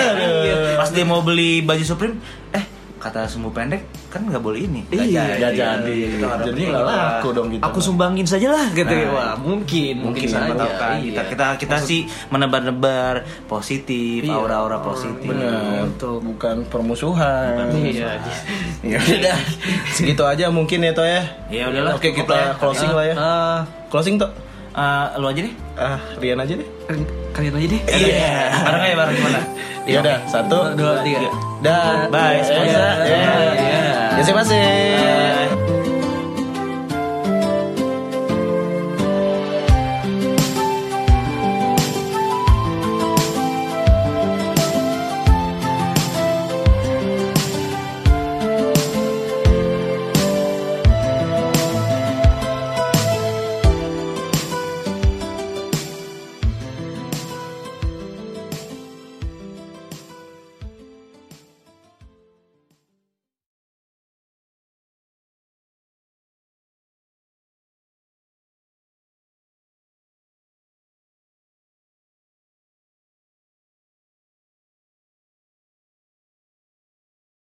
[SPEAKER 2] Iya. Pas dia mau beli baju Supreme, eh kata sumbu pendek kan nggak boleh ini. Nggak
[SPEAKER 3] Iya,
[SPEAKER 2] jadi.
[SPEAKER 1] Nggak jadi,
[SPEAKER 2] Kita harapin
[SPEAKER 1] jadi
[SPEAKER 2] kayak
[SPEAKER 1] nggak
[SPEAKER 2] gitu lah.
[SPEAKER 1] laku dong gitu.
[SPEAKER 3] Aku sumbangin saja lah gitu ya.
[SPEAKER 2] Nah,
[SPEAKER 3] Wah, mungkin, mungkin,
[SPEAKER 2] Mungkin siapa
[SPEAKER 3] saja.
[SPEAKER 2] tahu kan.
[SPEAKER 3] Iya.
[SPEAKER 2] Kita kita kita sih menebar-nebar positif,
[SPEAKER 3] Iya.
[SPEAKER 2] aura-aura positif.
[SPEAKER 1] Benar,
[SPEAKER 3] Untuk-
[SPEAKER 1] bukan permusuhan.
[SPEAKER 3] Iya.
[SPEAKER 1] Ya udah, segitu aja mungkin ya Toh ya.
[SPEAKER 2] Ya udahlah,
[SPEAKER 1] Oke,
[SPEAKER 2] cukup
[SPEAKER 1] kita
[SPEAKER 2] lah ya.
[SPEAKER 1] closing lah ya.
[SPEAKER 3] Ah,
[SPEAKER 1] Closing Toh.
[SPEAKER 2] Eh, lu aja deh.
[SPEAKER 1] Ah, Rian aja deh.
[SPEAKER 3] kalian aja deh.
[SPEAKER 2] Iya. Bareng aja bareng gimana?
[SPEAKER 1] Ya udah, satu,
[SPEAKER 3] Dua, tiga.
[SPEAKER 1] dah.
[SPEAKER 2] Bye, semuanya.
[SPEAKER 1] Ya.
[SPEAKER 3] Iya.
[SPEAKER 1] Ya, terima kasih.